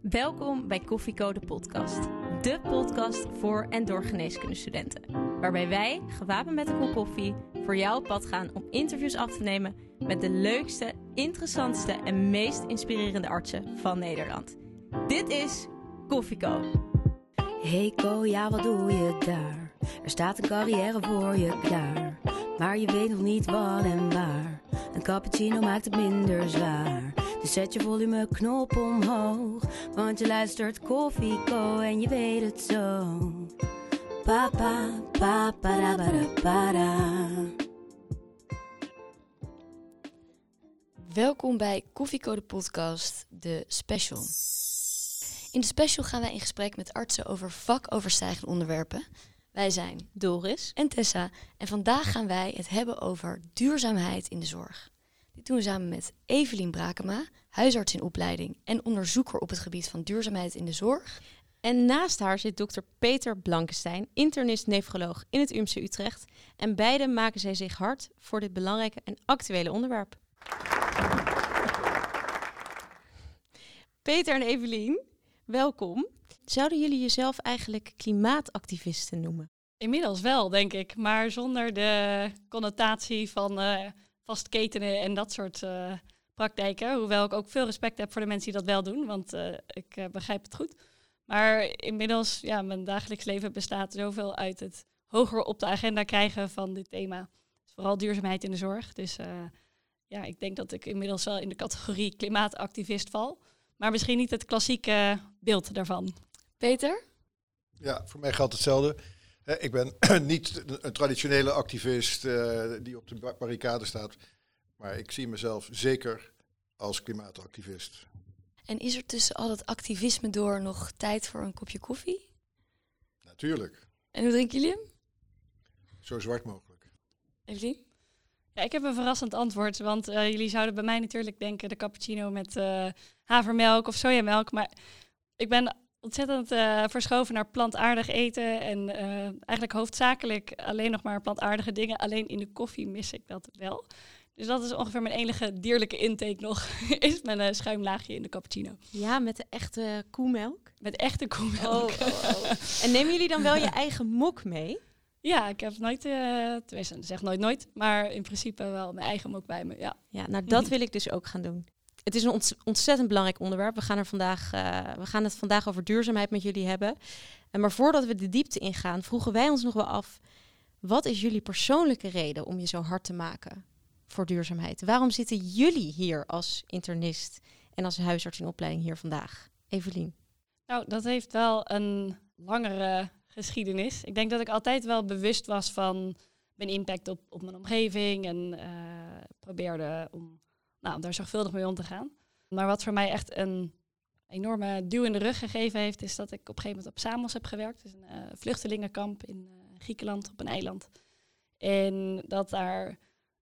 Welkom bij Koffieko de podcast. De podcast voor en door geneeskundestudenten. Waarbij wij, gewapend met een kop koffie, voor jou op pad gaan om interviews af te nemen met de leukste, interessantste en meest inspirerende artsen van Nederland. Dit is Koffieko. Hey Ko, ja wat doe je daar? Er staat een carrière voor je klaar. Maar je weet nog niet wat en waar. Een cappuccino maakt het minder zwaar. Dus zet je volumeknop omhoog. Want je luistert Koffieko en je weet het zo. Pa pa pa para para para. Welkom bij Koffieko de podcast, de special. In de special gaan wij in gesprek met artsen over vakoverstijgende onderwerpen. Wij zijn Doris en Tessa en vandaag gaan wij het hebben over duurzaamheid in de zorg. Dit doen we samen met Evelien Brakema, huisarts in opleiding en onderzoeker op het gebied van duurzaamheid in de zorg. En naast haar zit dokter Peter Blankenstein, internist-nefroloog in het UMC Utrecht. En beiden maken zij zich hard voor dit belangrijke en actuele onderwerp. Peter en Evelien, welkom. Zouden jullie jezelf eigenlijk klimaatactivisten noemen? Inmiddels wel, denk ik. Maar zonder de connotatie van vastketenen en dat soort praktijken. Hoewel ik ook veel respect heb voor de mensen die dat wel doen. Want ik begrijp het goed. Maar inmiddels, ja, mijn dagelijks leven bestaat zoveel uit het hoger op de agenda krijgen van dit thema. Dus vooral duurzaamheid in de zorg. Dus ja, ik denk dat ik inmiddels wel in de categorie klimaatactivist val. Maar misschien niet het klassieke beeld daarvan. Peter? Ja, voor mij geldt hetzelfde. Ik ben niet een traditionele activist die op de barricade staat. Maar ik zie mezelf zeker als klimaatactivist. En is er tussen al dat activisme door nog tijd voor een kopje koffie? Natuurlijk. En hoe drinken jullie hem? Zo zwart mogelijk. Evelien? Ja, ik heb een verrassend antwoord. Want jullie zouden bij mij natuurlijk denken de cappuccino met havermelk of sojamelk. Maar ik ben ontzettend verschoven naar plantaardig eten. En eigenlijk hoofdzakelijk alleen nog maar plantaardige dingen. Alleen in de koffie mis ik dat wel. Dus dat is ongeveer mijn enige dierlijke intake nog. Is mijn schuimlaagje in de cappuccino. Ja, met de echte koemelk? Met echte koemelk. Oh. En nemen jullie dan wel je eigen mok mee? Ja, ik heb nooit, tenminste, zeg nooit, maar in principe wel mijn eigen mok bij me, ja. Ja, nou dat wil ik dus ook gaan doen. Het is een ontzettend belangrijk onderwerp. We gaan het vandaag over duurzaamheid met jullie hebben. Maar voordat we de diepte ingaan, vroegen wij ons nog wel af, wat is jullie persoonlijke reden om je zo hard te maken voor duurzaamheid? Waarom zitten jullie hier als internist en als huisarts in opleiding hier vandaag? Evelien? Nou, dat heeft wel een langere geschiedenis. Ik denk dat ik altijd wel bewust was van mijn impact op mijn omgeving en probeerde om daar zorgvuldig mee om te gaan. Maar wat voor mij echt een enorme duw in de rug gegeven heeft, is dat ik op een gegeven moment op Samos heb gewerkt. Dus een vluchtelingenkamp in Griekenland op een eiland. En dat daar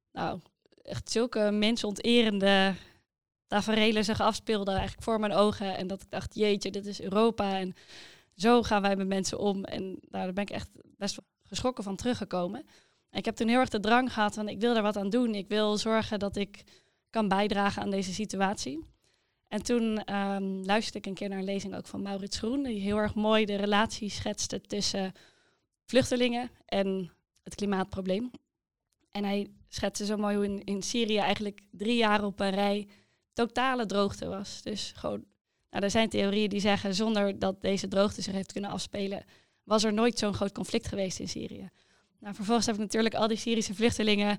echt zulke mensonterende taferelen zich afspeelden eigenlijk voor mijn ogen. En dat ik dacht, jeetje, dit is Europa en zo gaan wij met mensen om. En daar ben ik echt best wel geschrokken van teruggekomen. En ik heb toen heel erg de drang gehad van ik wil daar wat aan doen. Ik wil zorgen dat ik kan bijdragen aan deze situatie. En toen luisterde ik een keer naar een lezing ook van Maurits Groen, die heel erg mooi de relatie schetste tussen vluchtelingen en het klimaatprobleem. En hij schetste zo mooi hoe in Syrië eigenlijk 3 jaar op een rij totale droogte was. Dus gewoon, er zijn theorieën die zeggen, zonder dat deze droogte zich heeft kunnen afspelen, was er nooit zo'n groot conflict geweest in Syrië. Nou, vervolgens heb ik natuurlijk al die Syrische vluchtelingen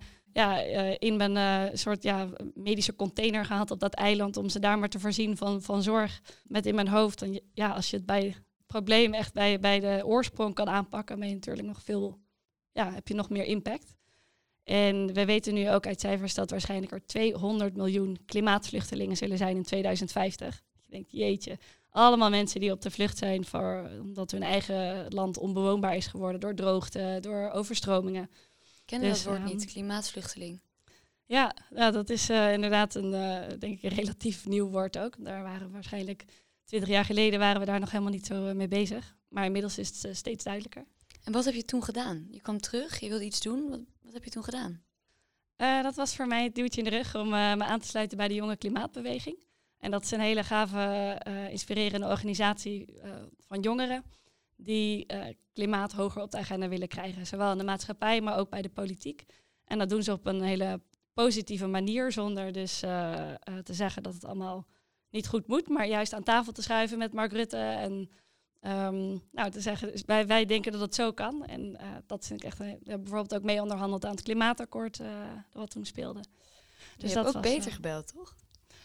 in mijn soort medische container gehad op dat eiland om ze daar maar te voorzien van zorg. Met in mijn hoofd, en als je het bij het probleem echt bij de oorsprong kan aanpakken, ben je natuurlijk nog veel, heb je nog meer impact. En we weten nu ook uit cijfers dat waarschijnlijk er 200 miljoen klimaatvluchtelingen zullen zijn in 2050. Je denkt, jeetje, allemaal mensen die op de vlucht zijn omdat hun eigen land onbewoonbaar is geworden door droogte, door overstromingen. Kennen dat woord niet, klimaatvluchteling? Ja, dat is inderdaad denk ik een relatief nieuw woord ook. Daar waren we waarschijnlijk 20 jaar geleden waren we daar nog helemaal niet zo mee bezig. Maar inmiddels is het steeds duidelijker. En wat heb je toen gedaan? Je kwam terug, je wilde iets doen. Wat heb je toen gedaan? Dat was voor mij het duwtje in de rug om me aan te sluiten bij de jonge klimaatbeweging. En dat is een hele gave, inspirerende organisatie van jongeren die klimaat hoger op de agenda willen krijgen. Zowel in de maatschappij, maar ook bij de politiek. En dat doen ze op een hele positieve manier, zonder dus te zeggen dat het allemaal niet goed moet, maar juist aan tafel te schuiven met Mark Rutte en te zeggen, dus wij denken dat het zo kan. En dat vind ik echt, we hebben bijvoorbeeld ook mee onderhandeld aan het klimaatakkoord wat toen speelde. Dus je hebt ook Peter gebeld, toch?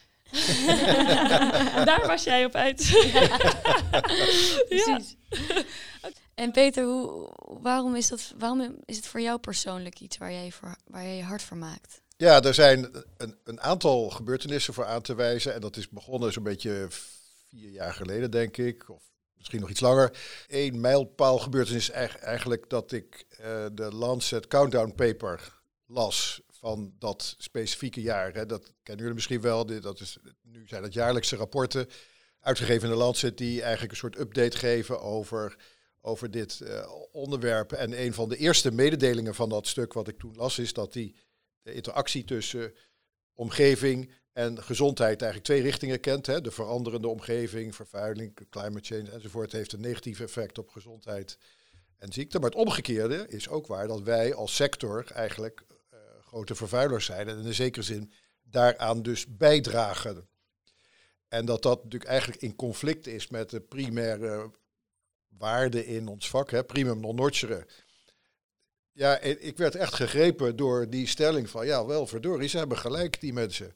Daar was jij op uit. Precies. En Peter, waarom is het voor jou persoonlijk iets waar jij je hart voor maakt? Ja, er zijn een aantal gebeurtenissen voor aan te wijzen. En dat is begonnen zo'n beetje 4 jaar geleden, denk ik. Of misschien nog iets langer. 1 mijlpaal gebeurtenis eigenlijk dat ik de Lancet Countdown Paper las van dat specifieke jaar. Hè. Dat kennen jullie misschien wel. Nu zijn het jaarlijkse rapporten uitgegeven in de Lancet die eigenlijk een soort update geven over dit onderwerp. En een van de eerste mededelingen van dat stuk wat ik toen las is dat de interactie tussen omgeving en gezondheid eigenlijk 2 richtingen kent. Hè. De veranderende omgeving, vervuiling, climate change enzovoort heeft een negatief effect op gezondheid en ziekte. Maar het omgekeerde is ook waar, dat wij als sector eigenlijk grote vervuilers zijn en in een zekere zin daaraan dus bijdragen. En dat natuurlijk eigenlijk in conflict is met de primaire waarde in ons vak, hè, primum non nocere. Ja, ik werd echt gegrepen door die stelling van, ja, wel verdorie, ze hebben gelijk, die mensen.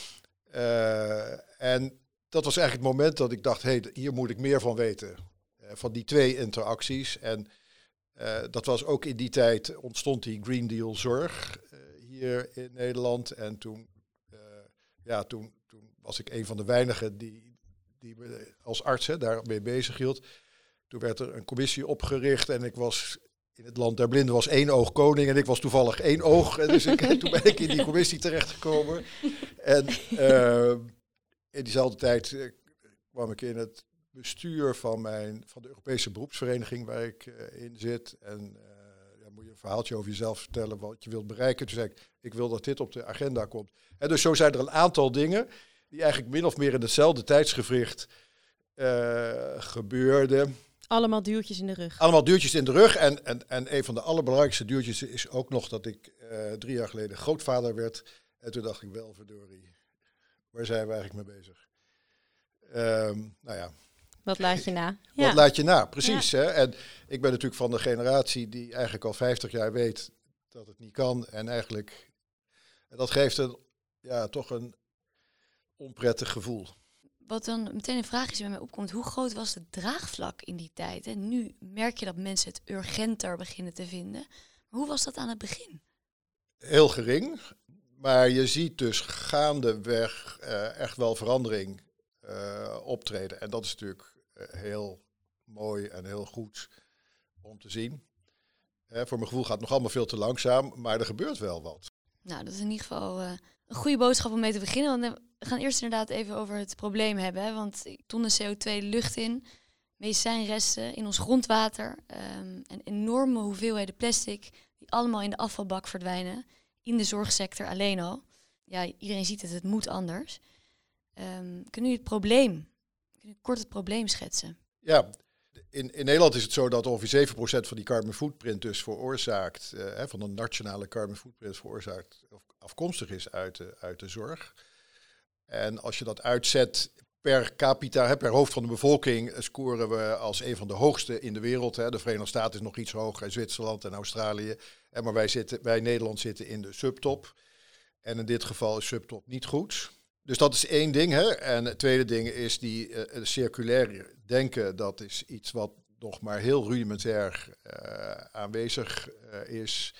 En dat was eigenlijk het moment dat ik dacht, hier moet ik meer van weten. Van die 2 interacties. En dat was ook in die tijd, ontstond die Green Deal zorg hier in Nederland. En toen was ik een van de weinigen die me als arts daarmee bezig hield. Toen werd er een commissie opgericht en ik was in het land der blinden was 1 oog koning en ik was toevallig 1 oog. En dus toen ben ik in die commissie terechtgekomen. En in diezelfde tijd kwam ik in het bestuur van de Europese beroepsvereniging waar ik in zit. En moet je een verhaaltje over jezelf vertellen wat je wilt bereiken. Toen zei ik wil dat dit op de agenda komt. En dus zo zijn er een aantal dingen die eigenlijk min of meer in hetzelfde tijdsgewricht gebeurden. Allemaal duwtjes in de rug. Allemaal duwtjes in de rug. En een van de allerbelangrijkste duwtjes is ook nog dat ik 3 jaar geleden grootvader werd. En toen dacht ik wel, verdorie, waar zijn we eigenlijk mee bezig? Wat laat je na? Wat laat je na, precies. Ja. Hè? En ik ben natuurlijk van de generatie die eigenlijk al 50 jaar weet dat het niet kan. En eigenlijk, dat geeft toch een onprettig gevoel. Wat dan meteen een vraag is die bij mij opkomt. Hoe groot was het draagvlak in die tijd? En nu merk je dat mensen het urgenter beginnen te vinden. Maar hoe was dat aan het begin? Heel gering. Maar je ziet dus gaandeweg echt wel verandering optreden. En dat is natuurlijk heel mooi en heel goed om te zien. Voor mijn gevoel gaat het nog allemaal veel te langzaam. Maar er gebeurt wel wat. Nou, dat is in ieder geval een goede boodschap om mee te beginnen. Want we gaan eerst inderdaad even over het probleem hebben. Hè? Want tonnen CO2 de lucht in, medicijnresten in ons grondwater. En enorme hoeveelheden plastic die allemaal in de afvalbak verdwijnen. In de zorgsector alleen al. Ja, iedereen ziet het moet anders. Kunnen jullie kort het probleem schetsen? Ja, in Nederland is het zo dat ongeveer 7% van die carbon footprint dus veroorzaakt, van de nationale carbon footprint veroorzaakt, of afkomstig is uit de zorg. En als je dat uitzet per capita, per hoofd van de bevolking, scoren we als een van de hoogste in de wereld. De Verenigde Staten is nog iets hoger, Zwitserland en Australië. Maar wij Nederland zitten in de subtop. En in dit geval is subtop niet goed. Dus dat is 1 ding. Hè? En het tweede ding is die circulair denken. Dat is iets wat nog maar heel rudimentair aanwezig is.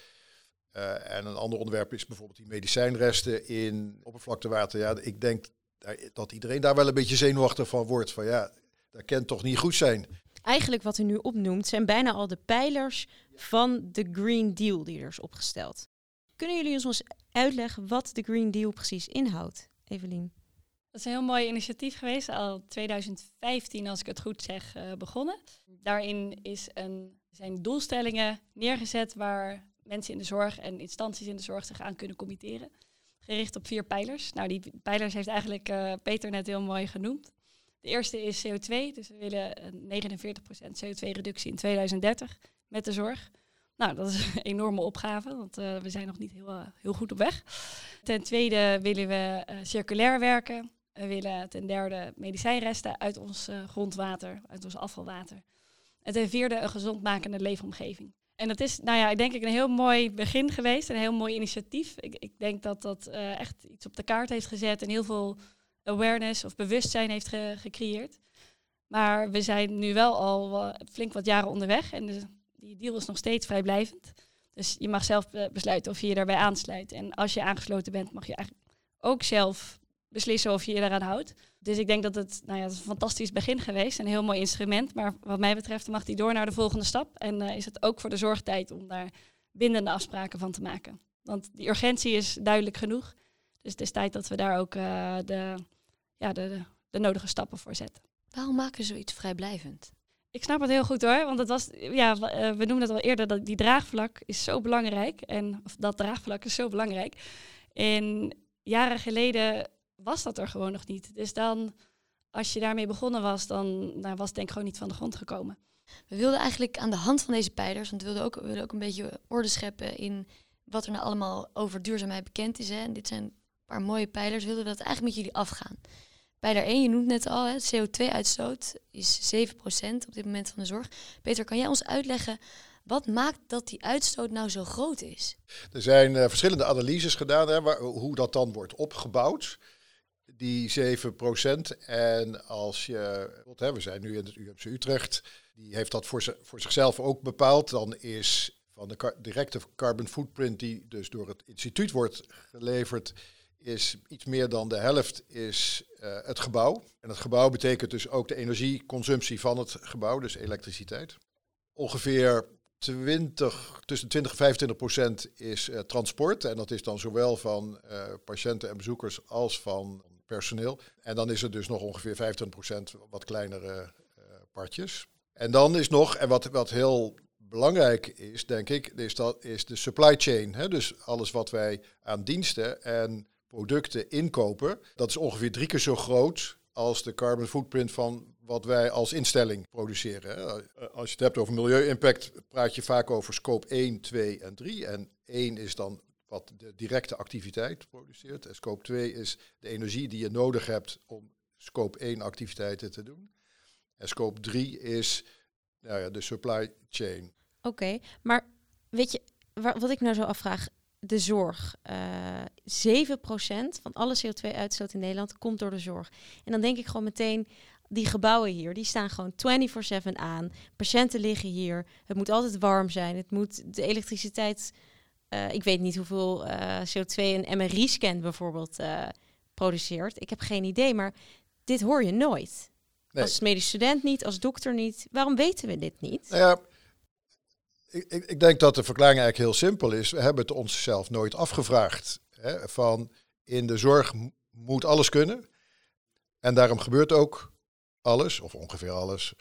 En een ander onderwerp is bijvoorbeeld die medicijnresten in oppervlaktewater. Ja, ik denk dat iedereen daar wel een beetje zenuwachtig van wordt. Van ja, dat kan toch niet goed zijn. Eigenlijk wat u nu opnoemt zijn bijna al de pijlers van de Green Deal die er is opgesteld. Kunnen jullie ons uitleggen wat de Green Deal precies inhoudt, Evelien? Dat is een heel mooi initiatief geweest, al 2015 als ik het goed zeg begonnen. Daarin zijn doelstellingen neergezet waar mensen in de zorg en instanties in de zorg zich aan kunnen committeren. gericht op 4 pijlers. Nou, die pijlers heeft eigenlijk Peter net heel mooi genoemd. De eerste is CO2, dus we willen een 49% CO2-reductie in 2030 met de zorg. Nou, dat is een enorme opgave, want we zijn nog niet heel goed op weg. Ten tweede willen we circulair werken. We willen ten derde medicijnresten uit ons grondwater, uit ons afvalwater. En ten vierde een gezondmakende leefomgeving. En dat is, denk ik een heel mooi begin geweest, een heel mooi initiatief. Ik denk dat dat echt iets op de kaart heeft gezet en heel veel awareness of bewustzijn heeft gecreëerd. Maar we zijn nu wel al flink wat jaren onderweg en die deal is nog steeds vrijblijvend. Dus je mag zelf besluiten of je je daarbij aansluit. En als je aangesloten bent, mag je eigenlijk ook zelf beslissen of je je daaraan houdt. Dus ik denk dat het is een fantastisch begin geweest, een heel mooi instrument. Maar wat mij betreft mag die door naar de volgende stap. En is het ook voor de zorg tijd om daar bindende afspraken van te maken. Want die urgentie is duidelijk genoeg. Dus het is tijd dat we daar ook de nodige stappen voor zetten. Waarom maken we zoiets vrijblijvend? Ik snap het heel goed hoor, want het was, we noemden het al eerder, dat die draagvlak is zo belangrijk. Dat draagvlak is zo belangrijk. En jaren geleden was dat er gewoon nog niet. Dus dan, als je daarmee begonnen was, dan was het denk ik gewoon niet van de grond gekomen. We wilden eigenlijk aan de hand van deze pijlers, want we wilden ook een beetje orde scheppen in wat er nou allemaal over duurzaamheid bekend is. Hè. En dit zijn een paar mooie pijlers, wilden we dat eigenlijk met jullie afgaan. Pijler 1, je noemt net al, hè, CO2-uitstoot is 7% op dit moment van de zorg. Peter, kan jij ons uitleggen, wat maakt dat die uitstoot nou zo groot is? Er zijn verschillende analyses gedaan, hè, hoe dat dan wordt opgebouwd. Die 7%. En als we zijn nu in het UMC Utrecht, die heeft dat voor zichzelf ook bepaald. Dan is van de directe carbon footprint die dus door het instituut wordt geleverd, is iets meer dan de helft is het gebouw. En het gebouw betekent dus ook de energieconsumptie van het gebouw, dus elektriciteit. Ongeveer tussen 20 en 25% is transport. En dat is dan zowel van patiënten en bezoekers als van personeel. En dan is er dus nog ongeveer 25% wat kleinere partjes. En dan is nog, en wat heel belangrijk is, denk ik, is de supply chain. Hè? Dus alles wat wij aan diensten en producten inkopen, dat is ongeveer 3 keer zo groot als de carbon footprint van wat wij als instelling produceren. Hè? Als je het hebt over milieu-impact, praat je vaak over scope 1, 2 en 3. En 1 is dan wat de directe activiteit produceert. En scope 2 is de energie die je nodig hebt om scope 1 activiteiten te doen. En scope 3 is de supply chain. Oké, maar weet je, wat ik nou zo afvraag, de zorg. 7% van alle CO2-uitstoot in Nederland komt door de zorg. En dan denk ik gewoon meteen, die gebouwen hier, die staan gewoon 24/7 aan. Patiënten liggen hier. Het moet altijd warm zijn. De elektriciteit, ik weet niet hoeveel CO2 een MRI-scan bijvoorbeeld produceert. Ik heb geen idee, maar dit hoor je nooit. Nee. Als medisch student niet, als dokter niet. Waarom weten we dit niet? Nou ja, ik denk dat de verklaring eigenlijk heel simpel is. We hebben het onszelf nooit afgevraagd. Hè, van in de zorg moet alles kunnen. En daarom gebeurt ook alles, of ongeveer alles.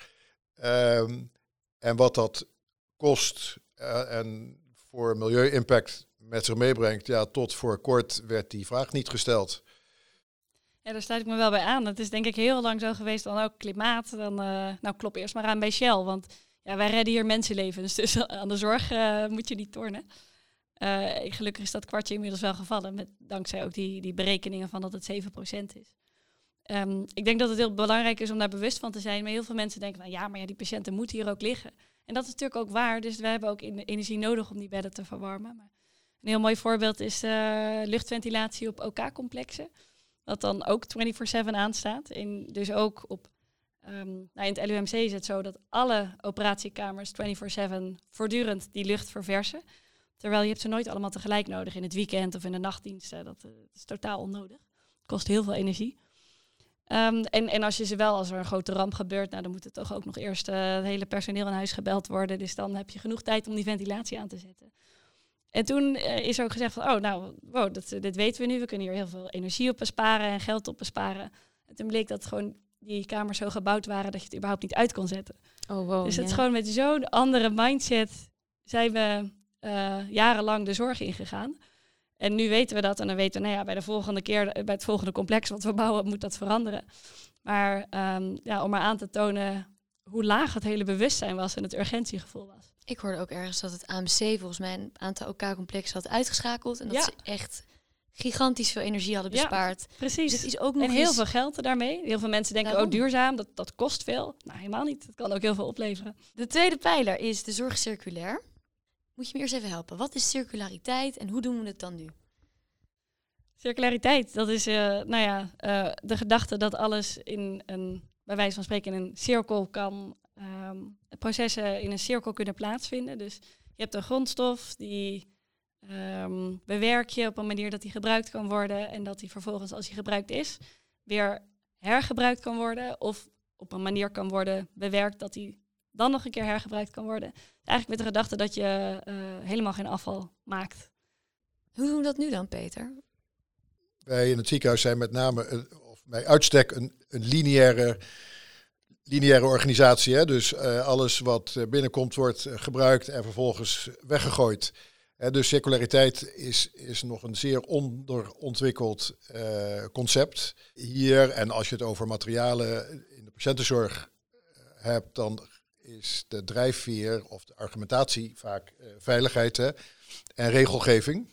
En wat dat kost en voor milieu-impact met zich meebrengt, tot voor kort werd die vraag niet gesteld. Ja, daar sluit ik me wel bij aan. Het is denk ik heel lang zo geweest, dan ook klimaat. Dan klop eerst maar aan bij Shell, want wij redden hier mensenlevens. Dus aan de zorg moet je niet tornen. Gelukkig is dat kwartje inmiddels wel gevallen, dankzij ook die berekeningen van dat het 7% is. Ik denk dat het heel belangrijk is om daar bewust van te zijn. Maar heel veel mensen denken, maar die patiënten moeten hier ook liggen. En dat is natuurlijk ook waar. Dus we hebben ook energie nodig om die bedden te verwarmen. Maar een heel mooi voorbeeld is luchtventilatie op OK-complexen. Dat dan ook 24/7 aanstaat. En dus ook in het LUMC is het zo dat alle operatiekamers 24/7 voortdurend die lucht verversen. Terwijl je hebt ze nooit allemaal tegelijk nodig in het weekend of in de nachtdiensten. Dat is totaal onnodig. Het kost heel veel energie. En als er een grote ramp gebeurt, dan moet het toch ook nog eerst het hele personeel in huis gebeld worden. Dus dan heb je genoeg tijd om die ventilatie aan te zetten. En toen is er ook gezegd van, dit weten we nu. We kunnen hier heel veel energie op besparen en geld op besparen. En toen bleek dat gewoon die kamers zo gebouwd waren dat je het überhaupt niet uit kon zetten. Oh, wow, dus het is gewoon met zo'n andere mindset zijn we jarenlang de zorg ingegaan. En nu weten we dat en dan weten we, bij de volgende keer, bij het volgende complex wat we bouwen, moet dat veranderen. Maar om maar aan te tonen hoe laag het hele bewustzijn was en het urgentiegevoel was. Ik hoorde ook ergens dat het AMC volgens mij een aantal OK-complexen had uitgeschakeld. En dat ze echt gigantisch veel energie hadden bespaard. Ja, precies. Dus het is ook nog en heel veel geld daarmee. Heel veel mensen denken, duurzaam, dat kost veel. Nou, helemaal niet. Dat kan ook heel veel opleveren. De tweede pijler is de zorg circulair. Moet je me eerst even helpen. Wat is circulariteit en hoe doen we het dan nu? Circulariteit, dat is de gedachte dat alles bij wijze van spreken in een cirkel kan, processen in een cirkel kunnen plaatsvinden. Dus je hebt een grondstof, die bewerk je op een manier dat die gebruikt kan worden en dat die vervolgens, als die gebruikt is, weer hergebruikt kan worden of op een manier kan worden bewerkt dat die dan nog een keer hergebruikt kan worden. Eigenlijk met de gedachte dat je helemaal geen afval maakt. Hoe doen we dat nu dan, Peter? Wij in het ziekenhuis zijn met name, bij uitstek, een lineaire organisatie. Hè? Dus alles wat binnenkomt wordt gebruikt en vervolgens weggegooid. Dus circulariteit is nog een zeer onderontwikkeld concept hier. En als je het over materialen in de patiëntenzorg hebt, dan is de drijfveer of de argumentatie vaak veiligheid en regelgeving.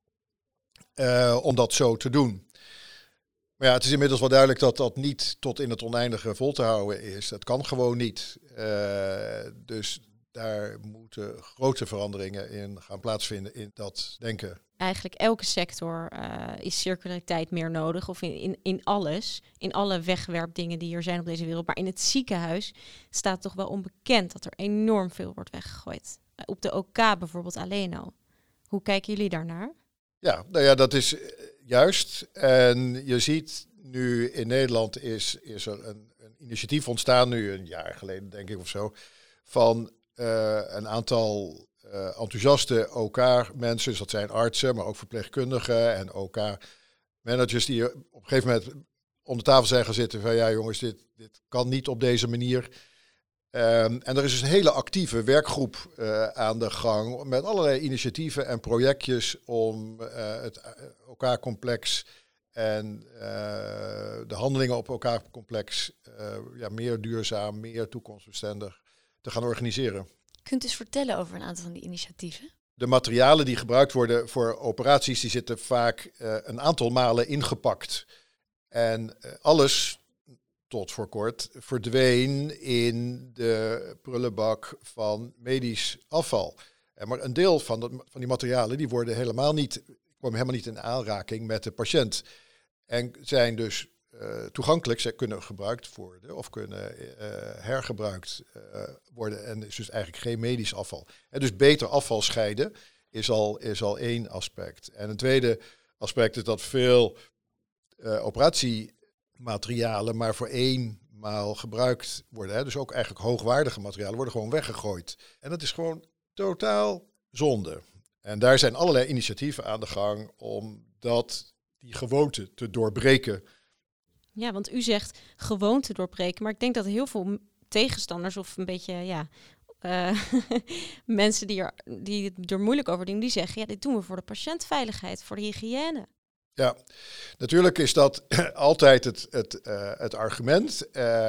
Om dat zo te doen. Maar ja, het is inmiddels wel duidelijk dat dat niet tot in het oneindige vol te houden is. Dat kan gewoon niet. Dus daar moeten grote veranderingen in gaan plaatsvinden in dat denken. Eigenlijk elke sector is circulariteit meer nodig. Of in alles. In alle wegwerpdingen die er zijn op deze wereld. Maar in het ziekenhuis staat toch wel onbekend dat er enorm veel wordt weggegooid. Op de OK bijvoorbeeld alleen al. Hoe kijken jullie daarnaar? Ja, nou ja, dat is juist. En je ziet nu in Nederland is er een initiatief ontstaan, nu een jaar geleden denk ik of zo, van een aantal enthousiaste OK-mensen. Dus dat zijn artsen, maar ook verpleegkundigen en OK-managers die op een gegeven moment om de tafel zijn gaan zitten van ja jongens, dit kan niet op deze manier. En er is dus een hele actieve werkgroep aan de gang met allerlei initiatieven en projectjes om het OK-complex en de handelingen op OK-complex meer duurzaam, meer toekomstbestendig te gaan organiseren. Kunt u eens vertellen over een aantal van die initiatieven? De materialen die gebruikt worden voor operaties, die zitten vaak een aantal malen ingepakt. En alles, tot voor kort, verdween in de prullenbak van medisch afval. Maar een deel van die materialen die worden komen helemaal niet in aanraking met de patiënt. En zijn dus toegankelijk, ze kunnen gebruikt worden of kunnen hergebruikt worden. En is dus eigenlijk geen medisch afval. En dus beter afval scheiden is al één aspect. En een tweede aspect is dat veel operatiematerialen maar voor eenmaal gebruikt worden. Dus ook eigenlijk hoogwaardige materialen worden gewoon weggegooid. En dat is gewoon totaal zonde. En daar zijn allerlei initiatieven aan de gang om die gewoonte te doorbreken. Ja, want u zegt gewoonte doorbreken, maar ik denk dat heel veel tegenstanders of een beetje mensen die het er moeilijk over doen, die zeggen ja, dit doen we voor de patiëntveiligheid, voor de hygiëne. Ja, natuurlijk is dat altijd het argument.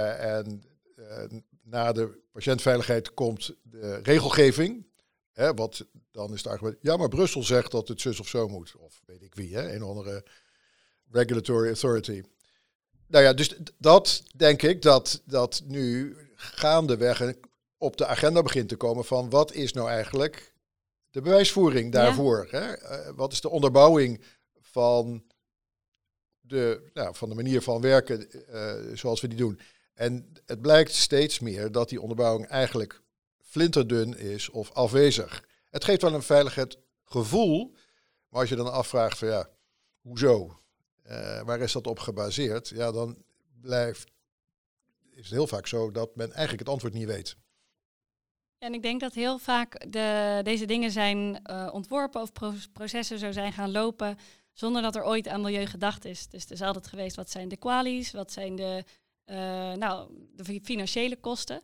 Na de patiëntveiligheid komt de regelgeving. Wat dan is het argument, ja, maar Brussel zegt dat het zus of zo moet. Of weet ik wie, een andere regulatory authority. Nou ja, dus dat denk ik dat nu gaandeweg op de agenda begint te komen van wat is nou eigenlijk de bewijsvoering daarvoor? Ja. Wat is de onderbouwing van de manier van werken zoals we die doen? En het blijkt steeds meer dat die onderbouwing eigenlijk flinterdun is of afwezig. Het geeft wel een veiligheidsgevoel, maar als je dan afvraagt van ja, hoezo? Waar is dat op gebaseerd? Ja, dan is het heel vaak zo dat men eigenlijk het antwoord niet weet. En ik denk dat heel vaak deze dingen zijn ontworpen of processen zo zijn gaan lopen zonder dat er ooit aan milieu gedacht is. Dus het is altijd geweest, wat zijn de kwalies, wat zijn de financiële kosten.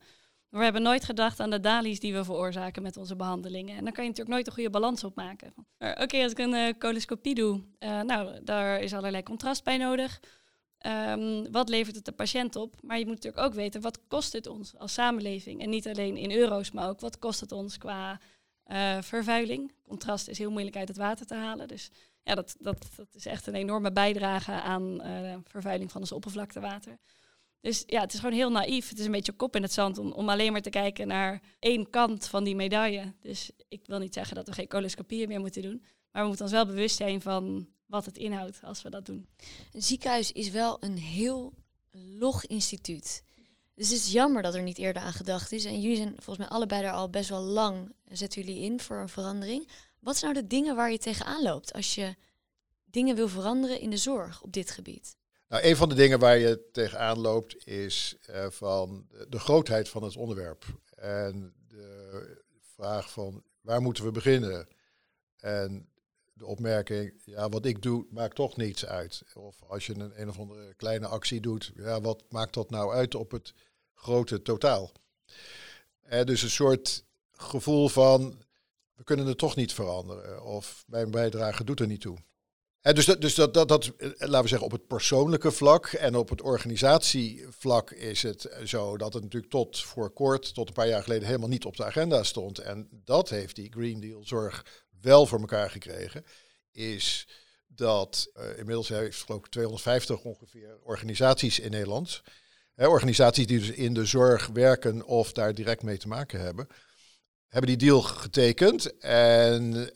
Maar we hebben nooit gedacht aan de dalies die we veroorzaken met onze behandelingen. En dan kan je natuurlijk nooit een goede balans opmaken. Maar oké, als ik een coloscopie doe, daar is allerlei contrast bij nodig. Wat levert het de patiënt op? Maar je moet natuurlijk ook weten, wat kost het ons als samenleving? En niet alleen in euro's, maar ook wat kost het ons qua vervuiling? Contrast is heel moeilijk uit het water te halen. Dus ja, dat is echt een enorme bijdrage aan vervuiling van ons oppervlaktewater. Dus ja, het is gewoon heel naïef. Het is een beetje kop in het zand om alleen maar te kijken naar één kant van die medaille. Dus ik wil niet zeggen dat we geen coloscopieën meer moeten doen. Maar we moeten ons wel bewust zijn van wat het inhoudt als we dat doen. Een ziekenhuis is wel een heel log instituut. Dus het is jammer dat er niet eerder aan gedacht is. En jullie zijn volgens mij allebei daar al best wel lang, zetten jullie in voor een verandering. Wat zijn nou de dingen waar je tegenaan loopt als je dingen wil veranderen in de zorg op dit gebied? Nou, een van de dingen waar je tegenaan loopt is van de grootheid van het onderwerp. En de vraag van waar moeten we beginnen? En de opmerking, ja, wat ik doe maakt toch niets uit. Of als je een of andere kleine actie doet, ja, wat maakt dat nou uit op het grote totaal? Dus een soort gevoel van, we kunnen het toch niet veranderen. Of mijn bijdrage doet er niet toe. Dus dat, laten we zeggen, op het persoonlijke vlak en op het organisatievlak is het zo dat het natuurlijk tot voor kort, tot een paar jaar geleden, helemaal niet op de agenda stond. En dat heeft die Green Deal zorg wel voor elkaar gekregen, is dat inmiddels heeft er ook 250 ongeveer organisaties in Nederland, organisaties die dus in de zorg werken of daar direct mee te maken hebben die deal getekend. En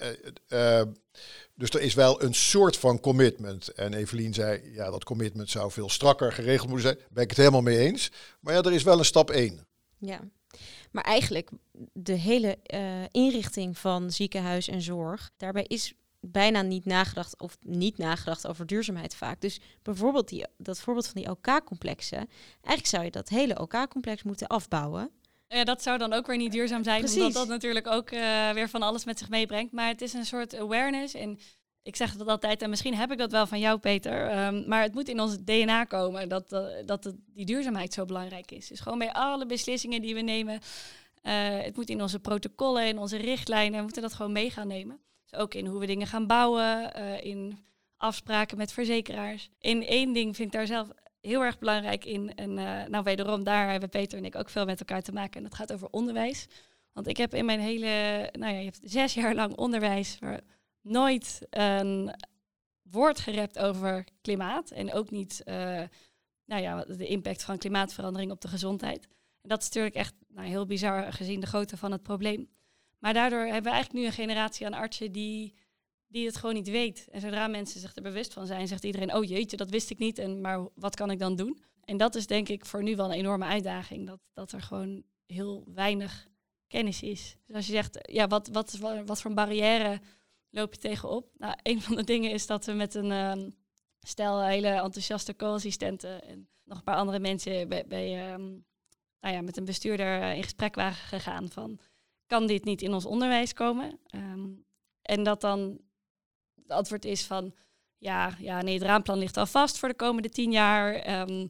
dus er is wel een soort van commitment. En Evelien zei, ja, dat commitment zou veel strakker geregeld moeten zijn. Daar ben ik het helemaal mee eens. Maar ja, er is wel een stap 1. Ja, maar eigenlijk de hele inrichting van ziekenhuis en zorg, daarbij is bijna niet nagedacht over duurzaamheid vaak. Dus bijvoorbeeld dat voorbeeld van die OK-complexen. Eigenlijk zou je dat hele OK-complex moeten afbouwen. Ja, dat zou dan ook weer niet duurzaam zijn, Precies. Omdat dat natuurlijk ook weer van alles met zich meebrengt. Maar het is een soort awareness. En ik zeg dat altijd, en misschien heb ik dat wel van jou, Peter. Maar het moet in ons DNA komen dat die duurzaamheid zo belangrijk is. Dus gewoon bij alle beslissingen die we nemen. Het moet in onze protocollen, in onze richtlijnen. We moeten dat gewoon mee gaan nemen. Dus ook in hoe we dingen gaan bouwen, in afspraken met verzekeraars. In één ding vind ik daar zelf heel erg belangrijk in. En wederom, daar hebben Peter en ik ook veel met elkaar te maken. En dat gaat over onderwijs. Want ik heb in mijn hele, je hebt 6 jaar lang onderwijs, waar nooit een woord gerept over klimaat. En ook niet de impact van klimaatverandering op de gezondheid. En dat is natuurlijk echt heel bizar gezien de grootte van het probleem. Maar daardoor hebben we eigenlijk nu een generatie aan artsen die het gewoon niet weet. En zodra mensen zich er bewust van zijn, zegt iedereen, oh jeetje, dat wist ik niet. Maar wat kan ik dan doen? En dat is denk ik voor nu wel een enorme uitdaging. Dat er gewoon heel weinig kennis is. Dus als je zegt, ja, wat voor een barrière loop je tegenop? Nou, een van de dingen is dat we met een stel hele enthousiaste co-assistenten en nog een paar andere mensen met een bestuurder in gesprek waren gegaan van, kan dit niet in ons onderwijs komen? En dat dan het antwoord is van, nee, het raamplan ligt al vast voor de komende 10 jaar.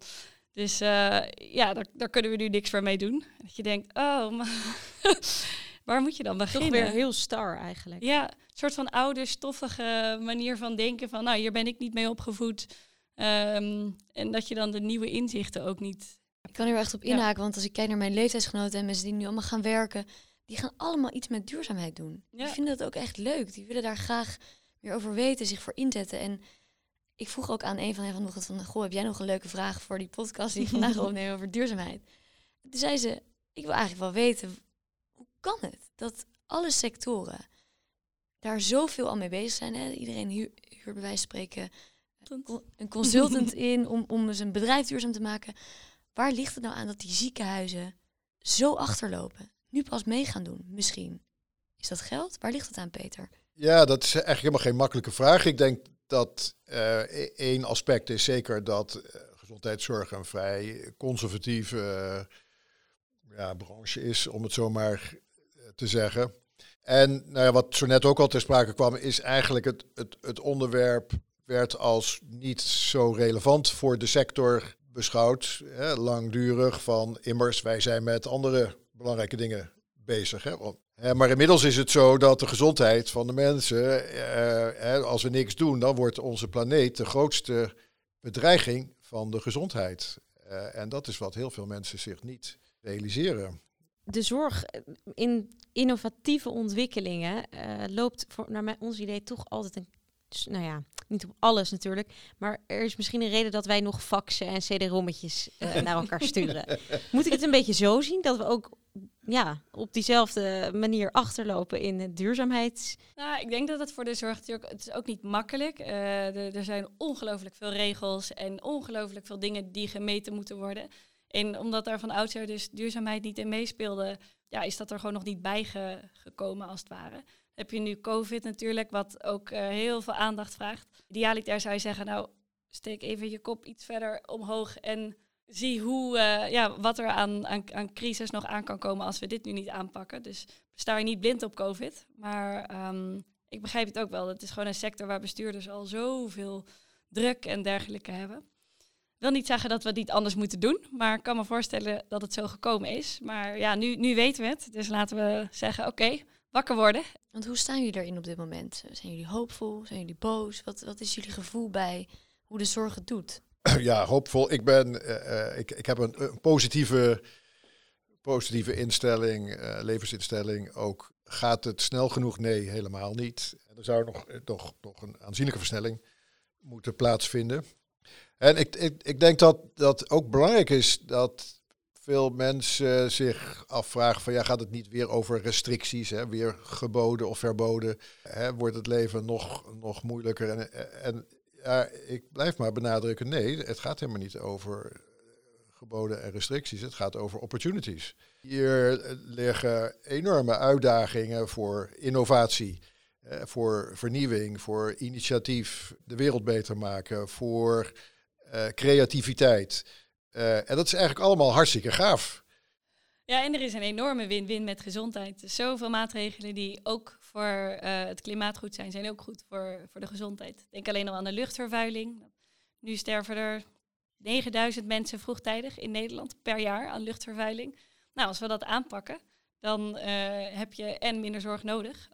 Daar kunnen we nu niks meer mee doen. Dat je denkt, waar moet je dan beginnen? Toch weer heel star eigenlijk. Ja, een soort van oude, stoffige manier van denken van, hier ben ik niet mee opgevoed. En dat je dan de nieuwe inzichten ook niet. Ik kan hier echt op inhaken, want als ik kijk naar mijn leeftijdsgenoten en mensen die nu allemaal gaan werken, die gaan allemaal iets met duurzaamheid doen. Ja. Die vinden dat ook echt leuk. Die willen daar graag meer over weten, zich voor inzetten. En ik vroeg ook aan een van hen vanochtend van, heb jij nog een leuke vraag voor die podcast die ik vandaag opneem over duurzaamheid? Toen zei ze, ik wil eigenlijk wel weten, hoe kan het dat alle sectoren daar zoveel al mee bezig zijn? Hè? Iedereen huurt bij wijze van spreken een consultant in om zijn bedrijf duurzaam te maken. Waar ligt het nou aan dat die ziekenhuizen zo achterlopen? Nu pas mee gaan doen, misschien. Is dat geld? Waar ligt het aan, Peter? Ja, dat is eigenlijk helemaal geen makkelijke vraag. Ik denk dat één aspect is zeker dat gezondheidszorg een vrij conservatieve branche is, om het zo maar te zeggen. En wat zo net ook al ter sprake kwam, is eigenlijk het onderwerp werd als niet zo relevant voor de sector beschouwd. Langdurig van, immers, wij zijn met andere belangrijke dingen bezig. Maar inmiddels is het zo dat de gezondheid van de mensen, als we niks doen, dan wordt onze planeet de grootste bedreiging van de gezondheid. En dat is wat heel veel mensen zich niet realiseren. De zorg in innovatieve ontwikkelingen loopt naar ons idee toch altijd niet op alles natuurlijk, maar er is misschien een reden dat wij nog faxen en cd-rommetjes naar elkaar sturen. Moet ik het een beetje zo zien, dat we ook op diezelfde manier achterlopen in het duurzaamheids... Nou, ik denk dat het voor de zorg natuurlijk, het is ook niet makkelijk. Er zijn ongelooflijk veel regels en ongelooflijk veel dingen die gemeten moeten worden. En omdat daar van oudsher dus duurzaamheid niet in meespeelde, is dat er gewoon nog niet bij gekomen als het ware. Heb je nu COVID natuurlijk, wat ook heel veel aandacht vraagt. Idealiter zou je zeggen, nou, steek even je kop iets verder omhoog en zie wat er aan crisis nog aan kan komen als we dit nu niet aanpakken. Dus sta je niet blind op COVID. Maar ik begrijp het ook wel. Het is gewoon een sector waar bestuurders al zoveel druk en dergelijke hebben. Ik wil niet zeggen dat we het niet anders moeten doen, maar ik kan me voorstellen dat het zo gekomen is. Maar nu weten we het. Dus laten we zeggen, oké, wakker worden. Want hoe staan jullie erin op dit moment? Zijn jullie hoopvol? Zijn jullie boos? Wat is jullie gevoel bij hoe de zorg het doet? Ja, hoopvol. Ik heb een positieve instelling, levensinstelling. Ook gaat het snel genoeg? Nee, helemaal niet. Er zou nog een aanzienlijke versnelling moeten plaatsvinden. En ik denk dat ook belangrijk is dat veel mensen zich afvragen van gaat het niet weer over restricties, weer geboden of verboden? Wordt het leven nog moeilijker? En ik blijf maar benadrukken, nee, het gaat helemaal niet over geboden en restricties. Het gaat over opportunities. Hier liggen enorme uitdagingen voor innovatie, voor vernieuwing, voor initiatief, de wereld beter maken, voor creativiteit. En dat is eigenlijk allemaal hartstikke gaaf. Ja, en er is een enorme win-win met gezondheid. Dus zoveel maatregelen die ook voor het klimaat goed zijn ook goed voor de gezondheid. Denk alleen al aan de luchtvervuiling. Nu sterven er 9000 mensen vroegtijdig in Nederland per jaar aan luchtvervuiling. Nou, als we dat aanpakken, dan heb je en minder zorg nodig.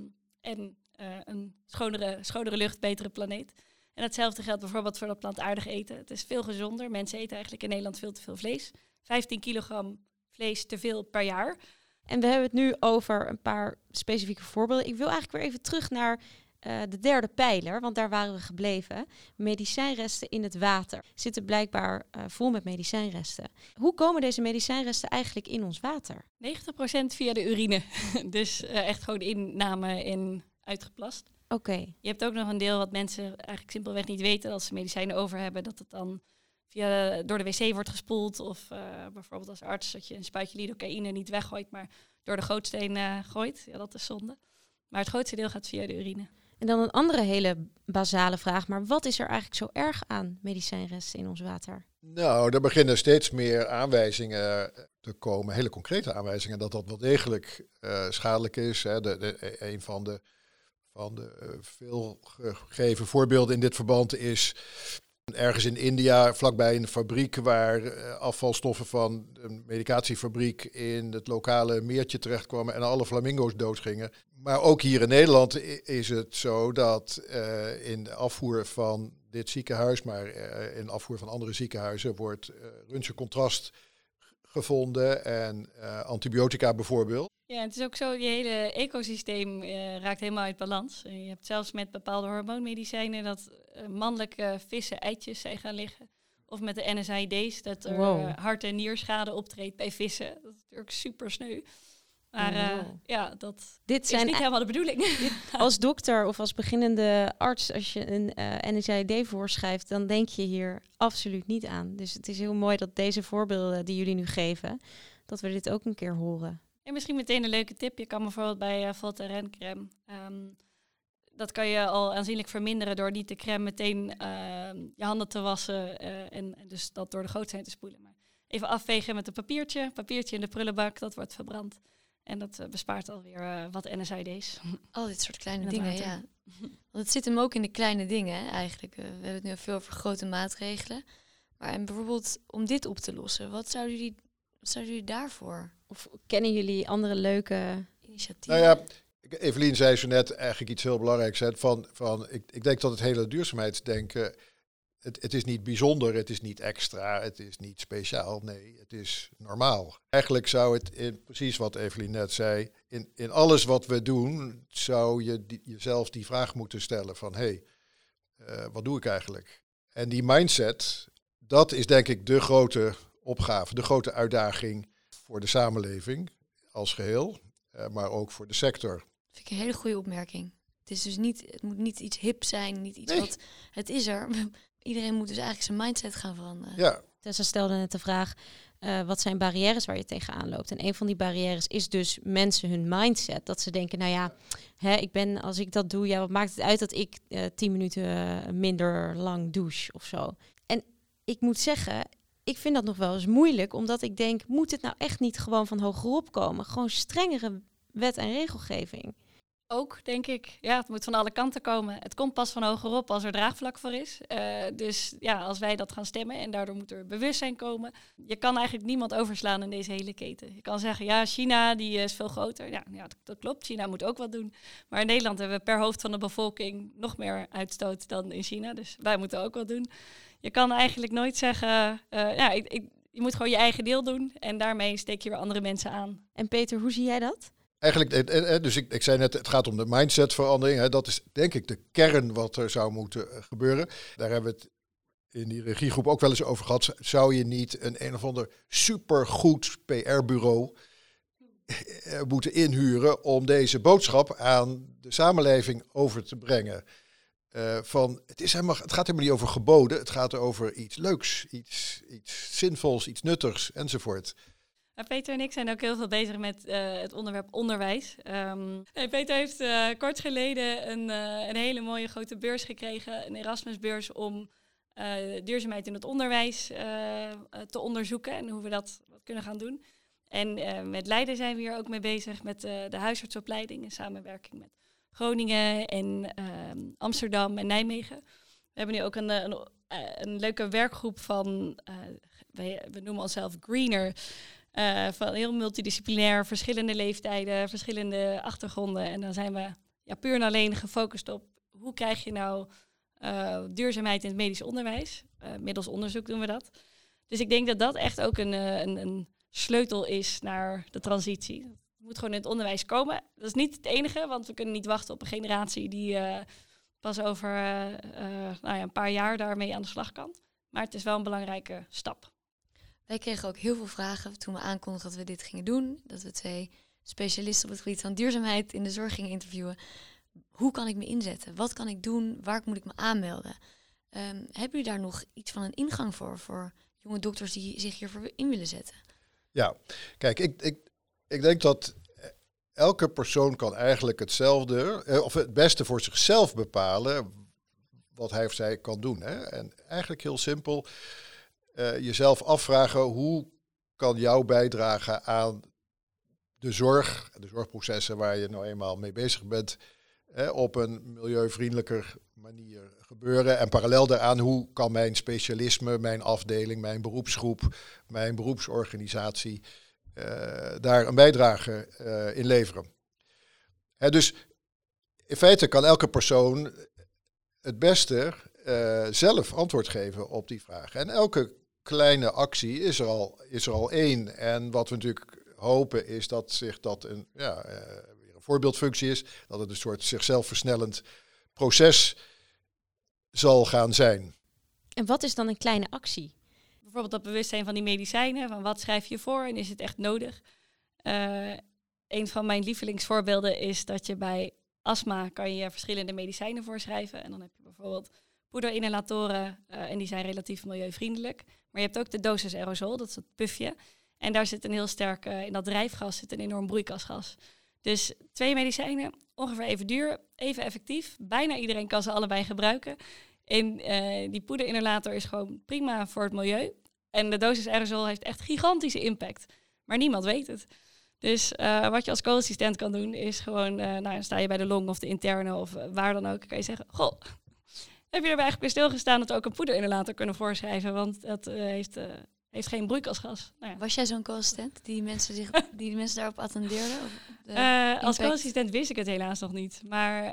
En een schonere lucht, betere planeet. En hetzelfde geldt bijvoorbeeld voor dat plantaardig eten. Het is veel gezonder. Mensen eten eigenlijk in Nederland veel te veel vlees. 15 kilogram vlees te veel per jaar. En we hebben het nu over een paar specifieke voorbeelden. Ik wil eigenlijk weer even terug naar de derde pijler, want daar waren we gebleven. Medicijnresten in het water zitten blijkbaar vol met medicijnresten. Hoe komen deze medicijnresten eigenlijk in ons water? 90% via de urine. Dus echt gewoon inname en uitgeplast. Oké. Je hebt ook nog een deel wat mensen eigenlijk simpelweg niet weten, als ze medicijnen over hebben, dat het dan door de wc wordt gespoeld. Of bijvoorbeeld als arts dat je een spuitje lidocaïne niet weggooit, maar door de gootsteen gooit. Ja, dat is zonde. Maar het grootste deel gaat via de urine. En dan een andere hele basale vraag, maar wat is er eigenlijk zo erg aan medicijnresten in ons water? Nou, er beginnen steeds meer aanwijzingen te komen, hele concrete aanwijzingen, dat wel degelijk schadelijk is. Een van de veel gegeven voorbeelden in dit verband is ergens in India, vlakbij een fabriek waar afvalstoffen van een medicatiefabriek in het lokale meertje terechtkwamen en alle flamingo's doodgingen. Maar ook hier in Nederland is het zo dat in de afvoer van dit ziekenhuis, maar in de afvoer van andere ziekenhuizen wordt röntgencontrast gevonden en antibiotica bijvoorbeeld. Ja, het is ook zo, je hele ecosysteem raakt helemaal uit balans. Je hebt zelfs met bepaalde hormoonmedicijnen dat mannelijke vissen eitjes zijn gaan liggen. Of met de NSAID's, dat er hart- en nierschade optreedt bij vissen. Dat is natuurlijk super sneu. Maar dat is niet helemaal de bedoeling. Als dokter of als beginnende arts, als je een NSAID voorschrijft, dan denk je hier absoluut niet aan. Dus het is heel mooi dat deze voorbeelden die jullie nu geven, dat we dit ook een keer horen. En misschien meteen een leuke tip. Je kan bijvoorbeeld bij Voltaren crème. Dat kan je al aanzienlijk verminderen door niet de crème meteen je handen te wassen en dus dat door de gootsteen te spoelen. Maar even afvegen met een papiertje in de prullenbak, dat wordt verbrand. En dat bespaart alweer wat NSAID's. Al dit soort kleine dingen, ja. Want het zit hem ook in de kleine dingen, hè, eigenlijk. We hebben het nu veel over grote maatregelen. Maar en bijvoorbeeld om dit op te lossen, wat zouden jullie Wat zouden jullie daarvoor Of kennen jullie andere leuke... initiatieven? Nou ja, Evelien zei zo net eigenlijk iets heel belangrijks. Hè, ik denk dat het hele duurzaamheidsdenken... Het is niet bijzonder, het is niet extra, het is niet speciaal. Nee, het is normaal. Eigenlijk zou het, precies wat Evelien net zei... In alles wat we doen, zou je jezelf die vraag moeten stellen van... wat doe ik eigenlijk? En die mindset, dat is denk ik de grote opgave, de grote uitdaging voor de samenleving als geheel, maar ook voor de sector. Dat vind ik een hele goede opmerking. Het is dus niet, het moet niet iets hip zijn, niet iets Nee. wat... Het is er. Iedereen moet dus eigenlijk zijn mindset gaan veranderen. Ja, Tessa stelde net de vraag, wat zijn barrières waar je tegenaan loopt? En een van die barrières is dus mensen hun mindset. Dat ze denken, nou ja, als ik dat doe, wat maakt het uit dat ik 10 minuten minder lang douche of zo? En ik moet zeggen, ik vind dat nog wel eens moeilijk, omdat ik denk, moet het nou echt niet gewoon van hogerop komen? Gewoon strengere wet en regelgeving. Ook, denk ik. Ja, het moet van alle kanten komen. Het komt pas van hogerop als er draagvlak voor is. Dus ja, als wij dat gaan stemmen en daardoor moet er bewustzijn komen. Je kan eigenlijk niemand overslaan in deze hele keten. Je kan zeggen, ja, China die is veel groter. Ja, dat klopt. China moet ook wat doen. Maar in Nederland hebben we per hoofd van de bevolking nog meer uitstoot dan in China. Dus wij moeten ook wat doen. Je kan eigenlijk nooit zeggen, je moet gewoon je eigen deel doen. En daarmee steek je weer andere mensen aan. En Peter, hoe zie jij dat? eigenlijk, dus ik zei net, het gaat om de mindsetverandering. Hè, dat is denk ik de kern wat er zou moeten gebeuren. Daar hebben we het in die regiegroep ook wel eens over gehad. Zou je niet een of ander supergoed PR-bureau moeten inhuren om deze boodschap aan de samenleving over te brengen? Het gaat helemaal niet over geboden, het gaat over iets leuks, iets zinvols, iets nuttigs enzovoort. Peter en ik zijn ook heel veel bezig met het onderwerp onderwijs. Peter heeft kort geleden een hele mooie grote beurs gekregen, een Erasmusbeurs, om duurzaamheid in het onderwijs te onderzoeken en hoe we dat kunnen gaan doen. En met Leiden zijn we hier ook mee bezig met de huisartsopleiding in samenwerking met Groningen en Amsterdam en Nijmegen. We hebben nu ook een leuke werkgroep van, we noemen onszelf Greener, van heel multidisciplinair, verschillende leeftijden, verschillende achtergronden. En dan zijn we puur en alleen gefocust op hoe krijg je nou duurzaamheid in het medisch onderwijs. Middels onderzoek doen we dat. Dus ik denk dat dat echt ook een sleutel is naar de transitie. Het moet gewoon in het onderwijs komen. Dat is niet het enige, want we kunnen niet wachten op een generatie die pas over een paar jaar daarmee aan de slag kan. Maar het is wel een belangrijke stap. Wij kregen ook heel veel vragen toen we aankondigden dat we dit gingen doen. Dat we 2 specialisten op het gebied van duurzaamheid in de zorg gingen interviewen. Hoe kan ik me inzetten? Wat kan ik doen? Waar moet ik me aanmelden? Hebben jullie daar nog iets van een ingang voor jonge dokters die zich hiervoor in willen zetten? Ja, kijk, ik denk dat elke persoon kan eigenlijk hetzelfde, of het beste voor zichzelf bepalen wat hij of zij kan doen. Hè? En eigenlijk heel simpel, jezelf afvragen hoe kan jouw bijdrage aan de zorgprocessen waar je nou eenmaal mee bezig bent, op een milieuvriendelijker manier gebeuren. En parallel daaraan, hoe kan mijn specialisme, mijn afdeling, mijn beroepsgroep, mijn beroepsorganisatie daar een bijdrage in leveren. Dus in feite kan elke persoon het beste zelf antwoord geven op die vraag. En elke kleine actie is er al één. En wat we natuurlijk hopen is dat zich dat weer een voorbeeldfunctie is. Dat het een soort zichzelf versnellend proces zal gaan zijn. En wat is dan een kleine actie? Bijvoorbeeld dat bewustzijn van die medicijnen. Van wat schrijf je voor en is het echt nodig? Een van mijn lievelingsvoorbeelden is dat je bij astma kan je verschillende medicijnen voorschrijven. En dan heb je bijvoorbeeld poederinhalatoren en die zijn relatief milieuvriendelijk. Maar je hebt ook de dosis aerosol, dat is het pufje. En daar zit een heel sterk, in dat drijfgas zit een enorm broeikasgas. Dus 2 medicijnen, ongeveer even duur, even effectief. Bijna iedereen kan ze allebei gebruiken. En die poederinhalator is gewoon prima voor het milieu. En de dosis aerosol heeft echt gigantische impact. Maar niemand weet het. Dus wat je als co-assistent kan doen is gewoon, dan sta je bij de long of de interne of waar dan ook, kan je zeggen, goh, heb je er eigenlijk weer stilgestaan dat we ook een poederinhalator kunnen voorschrijven? Want dat heeft heeft geen broeikasgas. Nou ja. Was jij zo'n co-assistent die mensen daarop attendeerden? Als co-assistent wist ik het helaas nog niet. Maar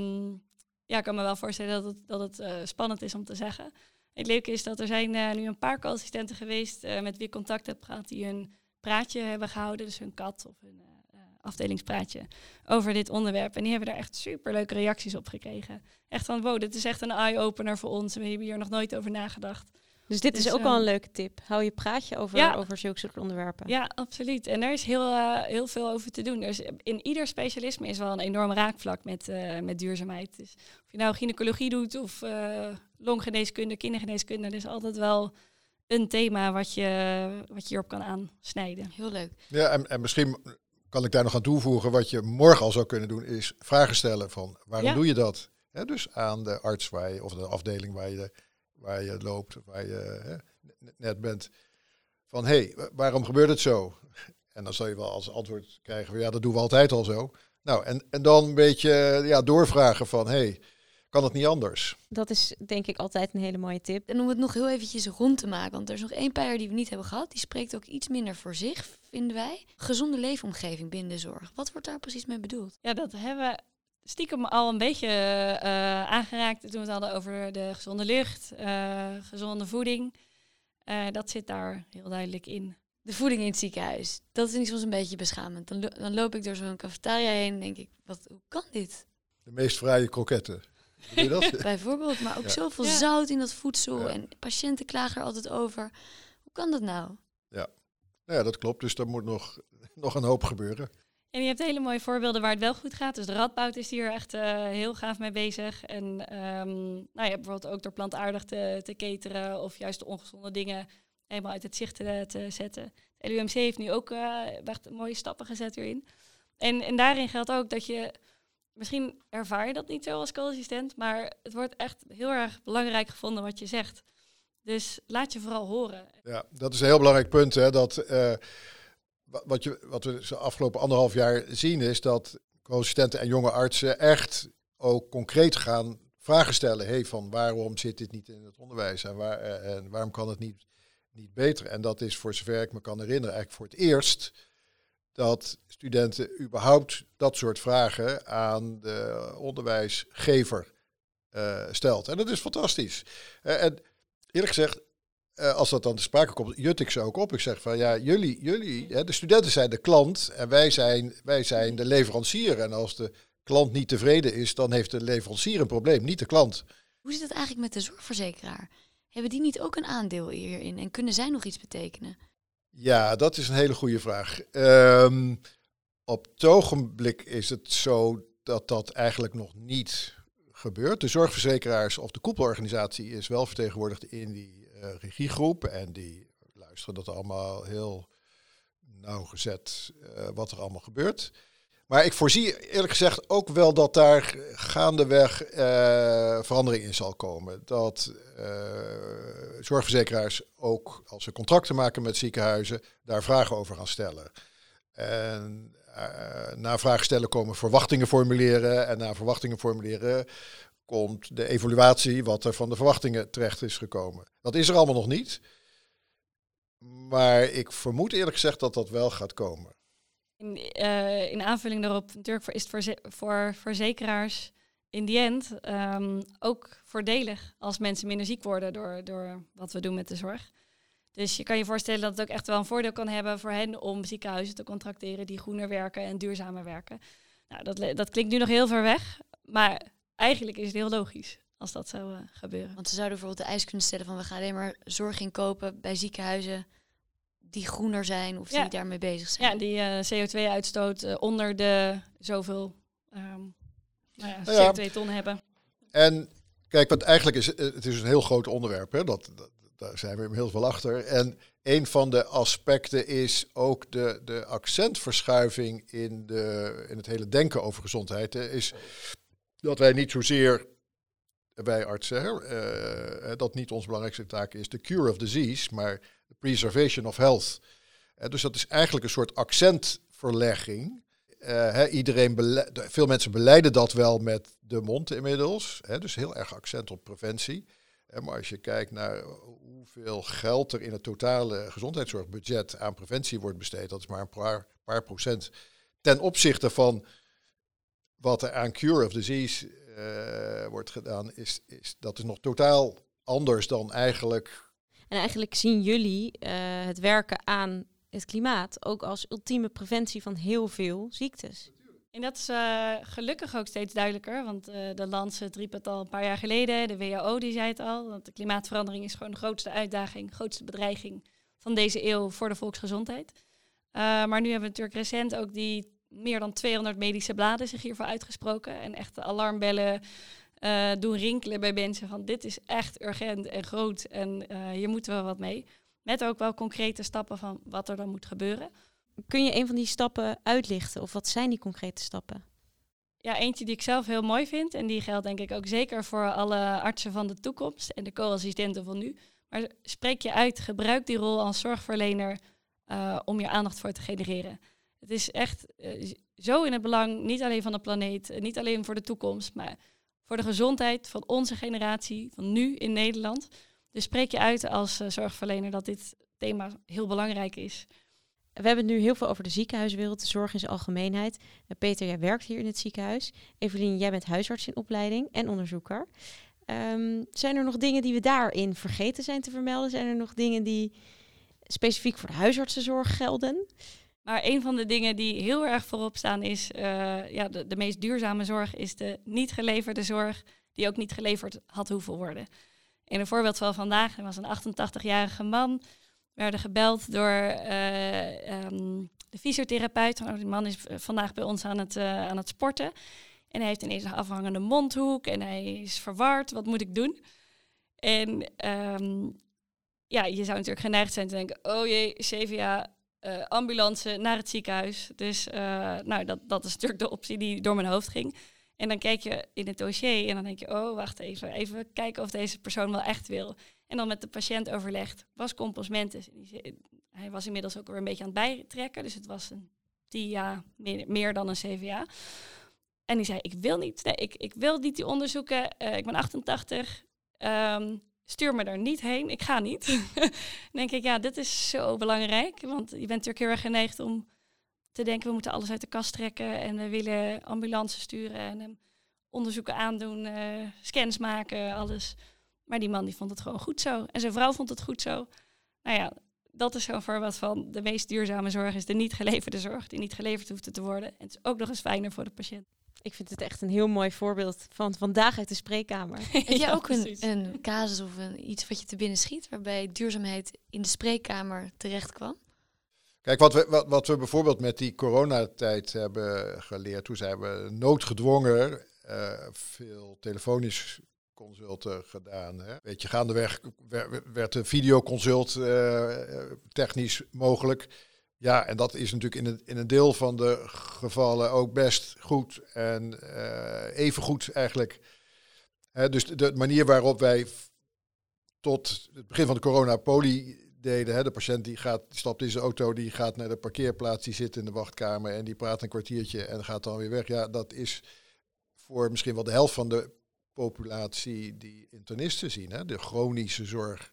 ik kan me wel voorstellen dat het spannend is om te zeggen. Het leuke is dat er zijn nu een paar co-assistenten geweest met wie ik contact heb gehad die hun praatje hebben gehouden. Dus hun kat of hun afdelingspraatje over dit onderwerp. En die hebben daar echt superleuke reacties op gekregen. Echt van, wow, dit is echt een eye-opener voor ons. We hebben hier nog nooit over nagedacht. Dus dit is ook wel een leuke tip. Hou je praatje over zulke soort onderwerpen. Ja, absoluut. En daar is heel veel over te doen. Dus in ieder specialisme is wel een enorm raakvlak met duurzaamheid. Dus of je nou gynaecologie doet of longgeneeskunde, kindergeneeskunde, er is altijd wel een thema wat je hierop kan aansnijden. Heel leuk. Ja, en misschien kan ik daar nog aan toevoegen. Wat je morgen al zou kunnen doen, is vragen stellen van waarom doe je dat? Dus aan de arts of de afdeling waar je loopt, waar je net bent. Van waarom gebeurt het zo? En dan zal je wel als antwoord krijgen van dat doen we altijd al zo. Nou, en dan een beetje doorvragen van kan het niet anders? Dat is denk ik altijd een hele mooie tip. En om het nog heel eventjes rond te maken, want er is nog één pijler die we niet hebben gehad. Die spreekt ook iets minder voor zich, vinden wij. Gezonde leefomgeving binnen de zorg. Wat wordt daar precies mee bedoeld? Ja, dat hebben we stiekem al een beetje aangeraakt toen we het hadden over de gezonde lucht, gezonde voeding. Dat zit daar heel duidelijk in. De voeding in het ziekenhuis, dat is soms een beetje beschamend. Dan loop ik door zo'n cafetaria heen en denk ik, hoe kan dit? De meest fraaie kroketten. Doe je dat? Bijvoorbeeld, maar ook zoveel zout in dat voedsel. Ja. En patiënten klagen er altijd over. Hoe kan dat nou? Ja, dat klopt. Dus er moet nog een hoop gebeuren. En je hebt hele mooie voorbeelden waar het wel goed gaat. Dus de Radboud is hier echt heel gaaf mee bezig. En bijvoorbeeld ook door plantaardig te cateren of juist de ongezonde dingen helemaal uit het zicht te zetten. De LUMC heeft nu ook echt mooie stappen gezet hierin. En daarin geldt ook dat je, misschien ervaar je dat niet zo als co-assistent, maar het wordt echt heel erg belangrijk gevonden wat je zegt. Dus laat je vooral horen. Ja, dat is een heel belangrijk punt. Hè, dat wat we de afgelopen 1,5 jaar zien is dat co-assistenten en jonge artsen echt ook concreet gaan vragen stellen. Van waarom zit dit niet in het onderwijs en waarom kan het niet beter? En dat is voor zover ik me kan herinneren eigenlijk voor het eerst dat studenten überhaupt dat soort vragen aan de onderwijsgever stelt. En dat is fantastisch. En eerlijk gezegd, als dat dan te sprake komt, jut ik ze ook op. Ik zeg van jullie, de studenten zijn de klant en wij zijn de leverancier. En als de klant niet tevreden is, dan heeft de leverancier een probleem, niet de klant. Hoe zit het eigenlijk met de zorgverzekeraar? Hebben die niet ook een aandeel hierin en kunnen zij nog iets betekenen? Ja, dat is een hele goede vraag. Op het ogenblik is het zo dat eigenlijk nog niet gebeurt. De zorgverzekeraars of de koepelorganisatie is wel vertegenwoordigd in die regiegroep. En die luisteren dat allemaal heel nauwgezet wat er allemaal gebeurt. Maar ik voorzie eerlijk gezegd ook wel dat daar gaandeweg verandering in zal komen. Dat zorgverzekeraars ook als ze contracten maken met ziekenhuizen daar vragen over gaan stellen. En na vragen stellen komen verwachtingen formuleren. En na verwachtingen formuleren komt de evaluatie wat er van de verwachtingen terecht is gekomen. Dat is er allemaal nog niet. Maar ik vermoed eerlijk gezegd dat dat wel gaat komen. In aanvulling daarop, natuurlijk is het voor verzekeraars in die end ook voordelig als mensen minder ziek worden door wat we doen met de zorg. Dus je kan je voorstellen dat het ook echt wel een voordeel kan hebben voor hen om ziekenhuizen te contracteren die groener werken en duurzamer werken. Nou, dat klinkt nu nog heel ver weg, maar eigenlijk is het heel logisch als dat zou gebeuren. Want ze zouden bijvoorbeeld de eis kunnen stellen van we gaan alleen maar zorg inkopen bij ziekenhuizen die groener zijn of die daarmee bezig zijn. Ja, die CO2-uitstoot onder de zoveel CO2-ton hebben. En kijk, wat eigenlijk is, het is een heel groot onderwerp. Hè? Daar zijn we heel veel achter. En een van de aspecten is ook de accentverschuiving in het hele denken over gezondheid. Is dat wij niet zozeer, wij artsen, dat niet onze belangrijkste taak is de cure of disease, maar de preservation of health. Dus dat is eigenlijk een soort accentverlegging. Veel mensen belijden dat wel met de mond inmiddels. Dus heel erg accent op preventie. Maar als je kijkt naar hoeveel geld er in het totale gezondheidszorgbudget aan preventie wordt besteed, dat is maar een paar procent ten opzichte van wat er aan cure of disease wordt gedaan, dat is nog totaal anders dan eigenlijk. En eigenlijk zien jullie het werken aan het klimaat ook als ultieme preventie van heel veel ziektes. En dat is gelukkig ook steeds duidelijker, want de Lancet riep het al een paar jaar geleden, de WHO die zei het al, dat de klimaatverandering is gewoon de grootste uitdaging, grootste bedreiging van deze eeuw voor de volksgezondheid. Maar nu hebben we natuurlijk recent ook die meer dan 200 medische bladen zich hiervoor uitgesproken en echt de alarmbellen doen rinkelen bij mensen van dit is echt urgent en groot en hier moeten we wat mee. Met ook wel concrete stappen van wat er dan moet gebeuren. Kun je een van die stappen uitlichten? Of wat zijn die concrete stappen? Ja, eentje die ik zelf heel mooi vind. En die geldt denk ik ook zeker voor alle artsen van de toekomst en de co-assistenten van nu. Maar spreek je uit, gebruik die rol als zorgverlener om je aandacht voor te genereren. Het is echt zo in het belang, niet alleen van de planeet, niet alleen voor de toekomst, maar voor de gezondheid van onze generatie, van nu in Nederland. Dus spreek je uit als zorgverlener dat dit thema heel belangrijk is. We hebben het nu heel veel over de ziekenhuiswereld, de zorg in zijn algemeenheid. Peter, jij werkt hier in het ziekenhuis. Evelien, jij bent huisarts in opleiding en onderzoeker. Zijn er nog dingen die we daarin vergeten zijn te vermelden? Zijn er nog dingen die specifiek voor de huisartsenzorg gelden? Maar een van de dingen die heel erg voorop staan is, de meest duurzame zorg is de niet geleverde zorg die ook niet geleverd had hoeven worden. En een voorbeeld van vandaag, er was een 88-jarige man, werden gebeld door de fysiotherapeut. Die man is vandaag bij ons aan het sporten. En hij heeft ineens een afhangende mondhoek en hij is verward. Wat moet ik doen? En je zou natuurlijk geneigd zijn te denken, oh jee, CVA, ambulance naar het ziekenhuis. Dus dat is natuurlijk de optie die door mijn hoofd ging. En dan kijk je in het dossier en dan denk je, oh, wacht even kijken of deze persoon wel echt wil. En dan met de patiënt overlegd, was compos mentis. Hij was inmiddels ook weer een beetje aan het bijtrekken, dus het was een TIA, meer dan een CVA. En die zei, ik wil niet, ik wil niet die onderzoeken, ik ben 88, stuur me daar niet heen, ik ga niet. Dan denk ik, ja, dit is zo belangrijk, want je bent natuurlijk heel erg geneigd om te denken, we moeten alles uit de kast trekken en we willen ambulance sturen en hem onderzoeken aandoen, scans maken, alles. Maar die man die vond het gewoon goed zo. En zijn vrouw vond het goed zo. Nou ja, dat is zo'n voorbeeld van de meest duurzame zorg is de niet geleverde zorg, die niet geleverd hoeft te worden. En het is ook nog eens fijner voor de patiënt. Ik vind het echt een heel mooi voorbeeld van vandaag uit de spreekkamer. Heb jij ook een casus of iets wat je te binnen schiet, waarbij duurzaamheid in de spreekkamer terecht kwam? Kijk, wat we bijvoorbeeld met die coronatijd hebben geleerd, toen zijn we noodgedwongen veel telefonisch consulten gedaan. Hè. Weet je, gaandeweg werd de videoconsult technisch mogelijk. Ja, en dat is natuurlijk in een deel van de gevallen ook best goed en even goed eigenlijk. Dus de manier waarop wij tot het begin van de corona poli deden, hè, de patiënt die stapt in zijn auto, die gaat naar de parkeerplaats, die zit in de wachtkamer en die praat een kwartiertje en gaat dan weer weg. Ja, dat is voor misschien wel de helft van de populatie die internisten zien, hè, de chronische zorg,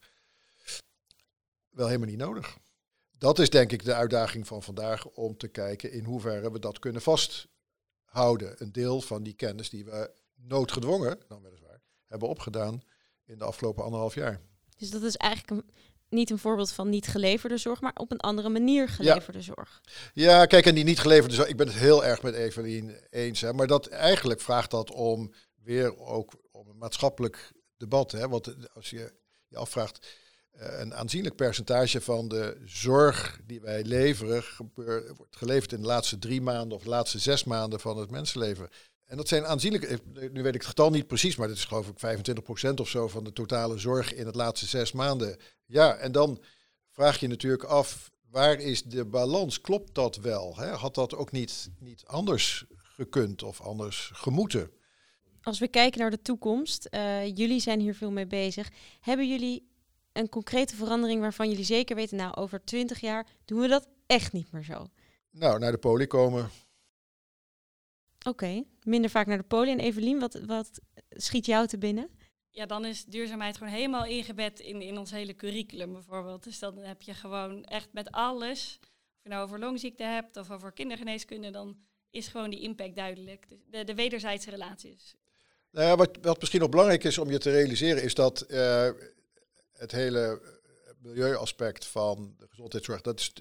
wel helemaal niet nodig. Dat is denk ik de uitdaging van vandaag, om te kijken in hoeverre we dat kunnen vasthouden. Een deel van die kennis die we noodgedwongen, dan weliswaar, hebben opgedaan in de afgelopen 1,5 jaar. Dus dat is eigenlijk niet een voorbeeld van niet geleverde zorg, maar op een andere manier geleverde zorg. Ja, kijk, en die niet geleverde zorg, ik ben het heel erg met Evelien eens. Hè, maar dat eigenlijk vraagt dat om weer ook om een maatschappelijk debat. Hè, want als je je afvraagt, een aanzienlijk percentage van de zorg die wij leveren wordt geleverd in de laatste 3 maanden of de laatste 6 maanden van het mensenleven. En dat zijn aanzienlijk, nu weet ik het getal niet precies, maar dat is geloof ik 25% of zo van de totale zorg in het laatste 6 maanden. Ja, en dan vraag je natuurlijk af, waar is de balans? Klopt dat wel? Hè? Had dat ook niet anders gekund of anders gemoeten? Als we kijken naar de toekomst, jullie zijn hier veel mee bezig. Hebben jullie een concrete verandering waarvan jullie zeker weten, nou, over 20 jaar doen we dat echt niet meer zo? Nou, naar de poli komen. Oké, minder vaak naar de poli. En Evelien, wat schiet jou te binnen? ja, dan is duurzaamheid gewoon helemaal ingebed in ons hele curriculum bijvoorbeeld. Dus dan heb je gewoon echt met alles, of je nou over longziekte hebt of over kindergeneeskunde, dan is gewoon die impact duidelijk. Dus de wederzijdse relaties. Nou ja, wat misschien nog belangrijk is om je te realiseren, is dat het hele milieuaspect van de gezondheidszorg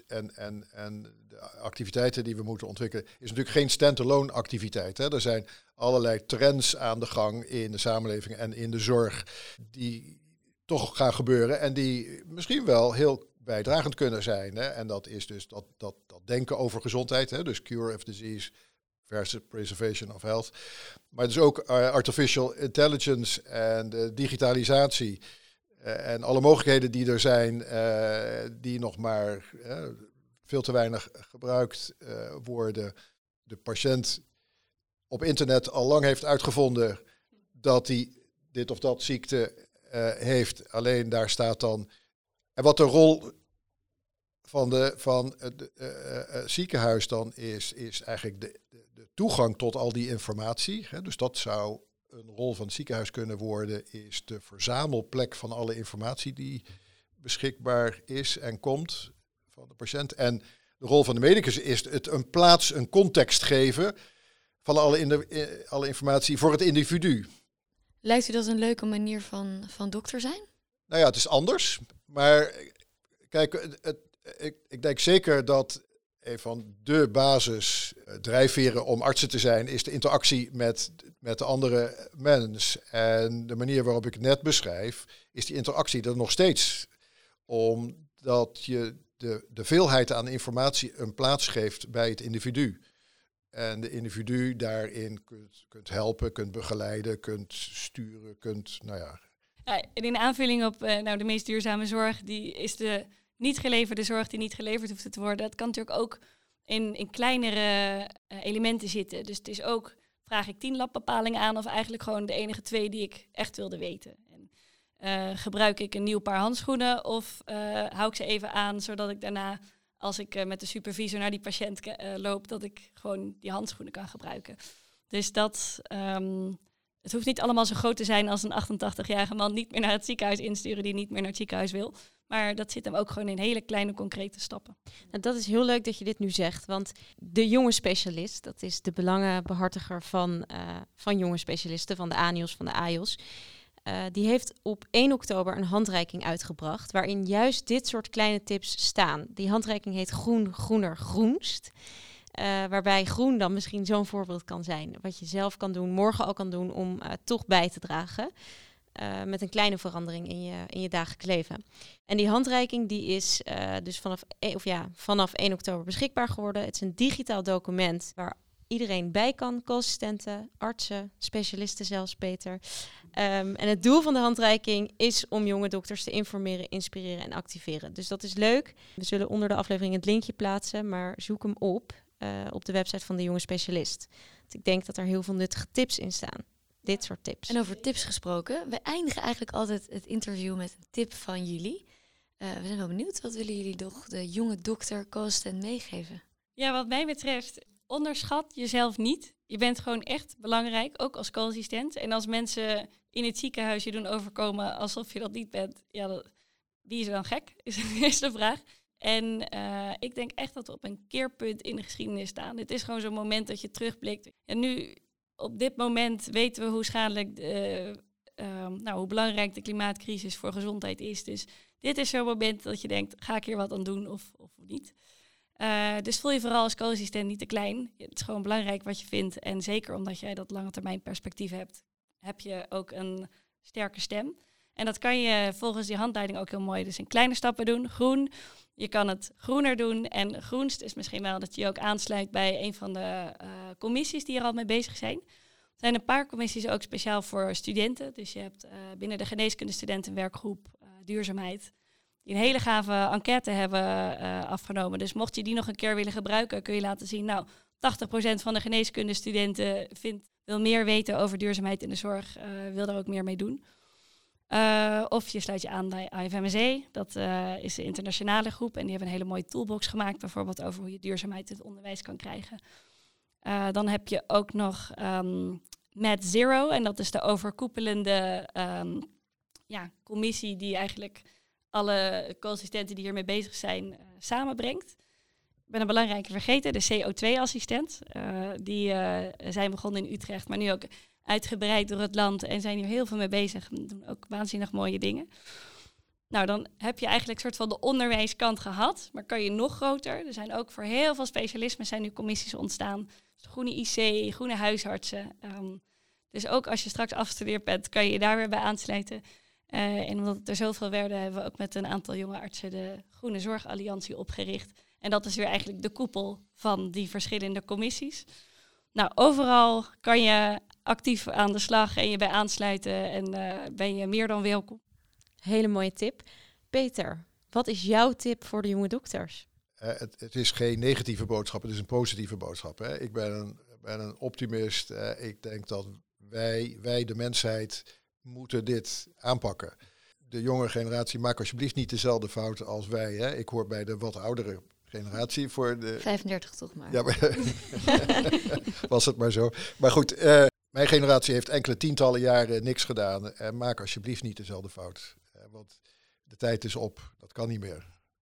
en de activiteiten die we moeten ontwikkelen, is natuurlijk geen stand-alone activiteit. Hè. Er zijn allerlei trends aan de gang in de samenleving en in de zorg die toch gaan gebeuren en die misschien wel heel bijdragend kunnen zijn. Hè. En dat is dus dat denken over gezondheid, hè, dus cure of disease versus preservation of health. Maar dus ook artificial intelligence en de digitalisatie. En alle mogelijkheden die er zijn, die nog maar veel te weinig gebruikt worden. De patiënt op internet al lang heeft uitgevonden dat hij dit of dat ziekte heeft. Alleen daar staat dan. En wat de rol van het ziekenhuis dan is eigenlijk de toegang tot al die informatie. Hè. Dus dat zou een rol van het ziekenhuis kunnen worden, is de verzamelplek van alle informatie die beschikbaar is en komt van de patiënt. En de rol van de medicus is het een plaats, een context geven van alle informatie voor het individu. Lijkt u dat een leuke manier van dokter zijn? Nou ja, het is anders. Maar kijk, ik denk zeker dat een van de basisdrijfveren om artsen te zijn is de interactie met de andere mens. En de manier waarop ik het net beschrijf, is die interactie er nog steeds. Omdat je de veelheid aan informatie een plaats geeft bij het individu. En de individu daarin kunt helpen, kunt begeleiden, kunt sturen, Ja, en in aanvulling op de meest duurzame zorg, die is de niet geleverde zorg die niet geleverd hoeft te worden. Dat kan natuurlijk ook in kleinere elementen zitten. Dus het is ook, vraag ik 10 labbepalingen aan of eigenlijk gewoon de enige 2 die ik echt wilde weten. En, gebruik ik een nieuw paar handschoenen of hou ik ze even aan, zodat ik daarna, als ik met de supervisor naar die patiënt loop, dat ik gewoon die handschoenen kan gebruiken. Dus dat, het hoeft niet allemaal zo groot te zijn als een 88-jarige man niet meer naar het ziekenhuis insturen die niet meer naar het ziekenhuis wil. Maar dat zit hem ook gewoon in hele kleine concrete stappen. Nou, dat is heel leuk dat je dit nu zegt, want de jonge specialist, dat is de belangenbehartiger van jonge specialisten, van de ANIOS, van de AJOS, die heeft op 1 oktober een handreiking uitgebracht waarin juist dit soort kleine tips staan. Die handreiking heet Groen, Groener, Groenst. Waarbij groen dan misschien zo'n voorbeeld kan zijn. Wat je zelf kan doen, morgen ook kan doen om toch bij te dragen. Met een kleine verandering in je dagelijks leven. En die handreiking die is dus vanaf 1 oktober beschikbaar geworden. Het is een digitaal document waar iedereen bij kan. Co-assistenten, artsen, specialisten zelfs, Peter. En het doel van de handreiking is om jonge dokters te informeren, inspireren en activeren. Dus dat is leuk. We zullen onder de aflevering het linkje plaatsen, maar zoek hem op de website van de jonge specialist. Want ik denk dat er heel veel nuttige tips in staan. Dit soort tips. En over tips gesproken, we eindigen eigenlijk altijd het interview met een tip van jullie. We zijn wel benieuwd, wat willen jullie toch de jonge dokter co-assistent meegeven? Ja, wat mij betreft, onderschat jezelf niet. Je bent gewoon echt belangrijk, ook als co-assistent. En als mensen in het ziekenhuis je doen overkomen alsof je dat niet bent, ja, wie is er dan gek, is de vraag. En ik denk echt dat we op een keerpunt in de geschiedenis staan. Het is gewoon zo'n moment dat je terugblikt. En nu, op dit moment, weten we hoe schadelijk, hoe belangrijk de klimaatcrisis voor gezondheid is. Dus dit is zo'n moment dat je denkt, ga ik hier wat aan doen of niet? Dus voel je vooral als co-assistent niet te klein. Het is gewoon belangrijk wat je vindt. En zeker omdat jij dat lange termijn perspectief hebt, heb je ook een sterke stem. En dat kan je volgens die handleiding ook heel mooi dus in kleine stappen doen. Groen, je kan het groener doen. En groenst is misschien wel dat je je ook aansluit bij een van de commissies die er al mee bezig zijn. Er zijn een paar commissies ook speciaal voor studenten. Dus je hebt binnen de geneeskundestudenten een werkgroep duurzaamheid, die een hele gave enquête hebben afgenomen. Dus mocht je die nog een keer willen gebruiken, kun je laten zien, 80% van de geneeskundestudenten wil meer weten over duurzaamheid in de zorg, wil daar ook meer mee doen. Of je sluit je aan bij IFMSE, dat is de internationale groep. En die hebben een hele mooie toolbox gemaakt, bijvoorbeeld over hoe je duurzaamheid in het onderwijs kan krijgen. Dan heb je ook nog Net Zero. En dat is de overkoepelende commissie die eigenlijk alle co-assistenten die hiermee bezig zijn samenbrengt. Ik ben een belangrijke vergeten, de CO2-assistent. Die zijn begonnen in Utrecht, maar nu ook uitgebreid door het land en zijn hier heel veel mee bezig. Doen ook waanzinnig mooie dingen. Nou, dan heb je eigenlijk een soort van de onderwijskant gehad, maar kan je nog groter. Er zijn ook voor heel veel specialismen zijn nu commissies ontstaan. Dus groene IC, groene huisartsen. Dus ook als je straks afgestudeerd bent, kan je je daar weer bij aansluiten. En omdat er zoveel werden, hebben we ook met een aantal jonge artsen de Groene Zorgalliantie opgericht. En dat is weer eigenlijk de koepel van die verschillende commissies. Nou, overal kan je actief aan de slag en je bij aansluiten en ben je meer dan welkom. Hele mooie tip. Peter, wat is jouw tip voor de jonge dokters? Het is geen negatieve boodschap, het is een positieve boodschap. Hè. Ik ben een optimist. Ik denk dat wij de mensheid moeten dit aanpakken. De jonge generatie, maak alsjeblieft niet dezelfde fout als wij. Hè. Ik hoor bij de wat oudere generatie. Voor de 35 toch maar. Ja, maar was het maar zo. Maar goed, mijn generatie heeft enkele tientallen jaren niks gedaan. Maak alsjeblieft niet dezelfde fout. Want de tijd is op. Dat kan niet meer.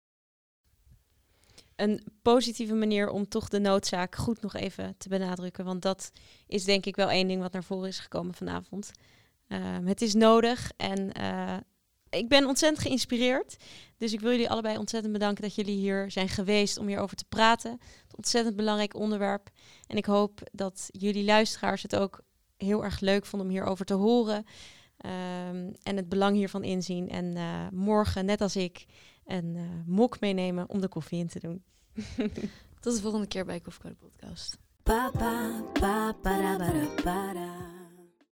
Een positieve manier om toch de noodzaak goed nog even te benadrukken. Want dat is denk ik wel één ding wat naar voren is gekomen vanavond. Het is nodig en ik ben ontzettend geïnspireerd. Dus ik wil jullie allebei ontzettend bedanken dat jullie hier zijn geweest om hierover te praten. Een ontzettend belangrijk onderwerp. En ik hoop dat jullie luisteraars het ook heel erg leuk vonden om hierover te horen. En het belang hiervan inzien. En morgen, net als ik, een mok meenemen om de koffie in te doen. Tot de volgende keer bij Koffiecode Podcast. Pa, pa, pa, para, para, para.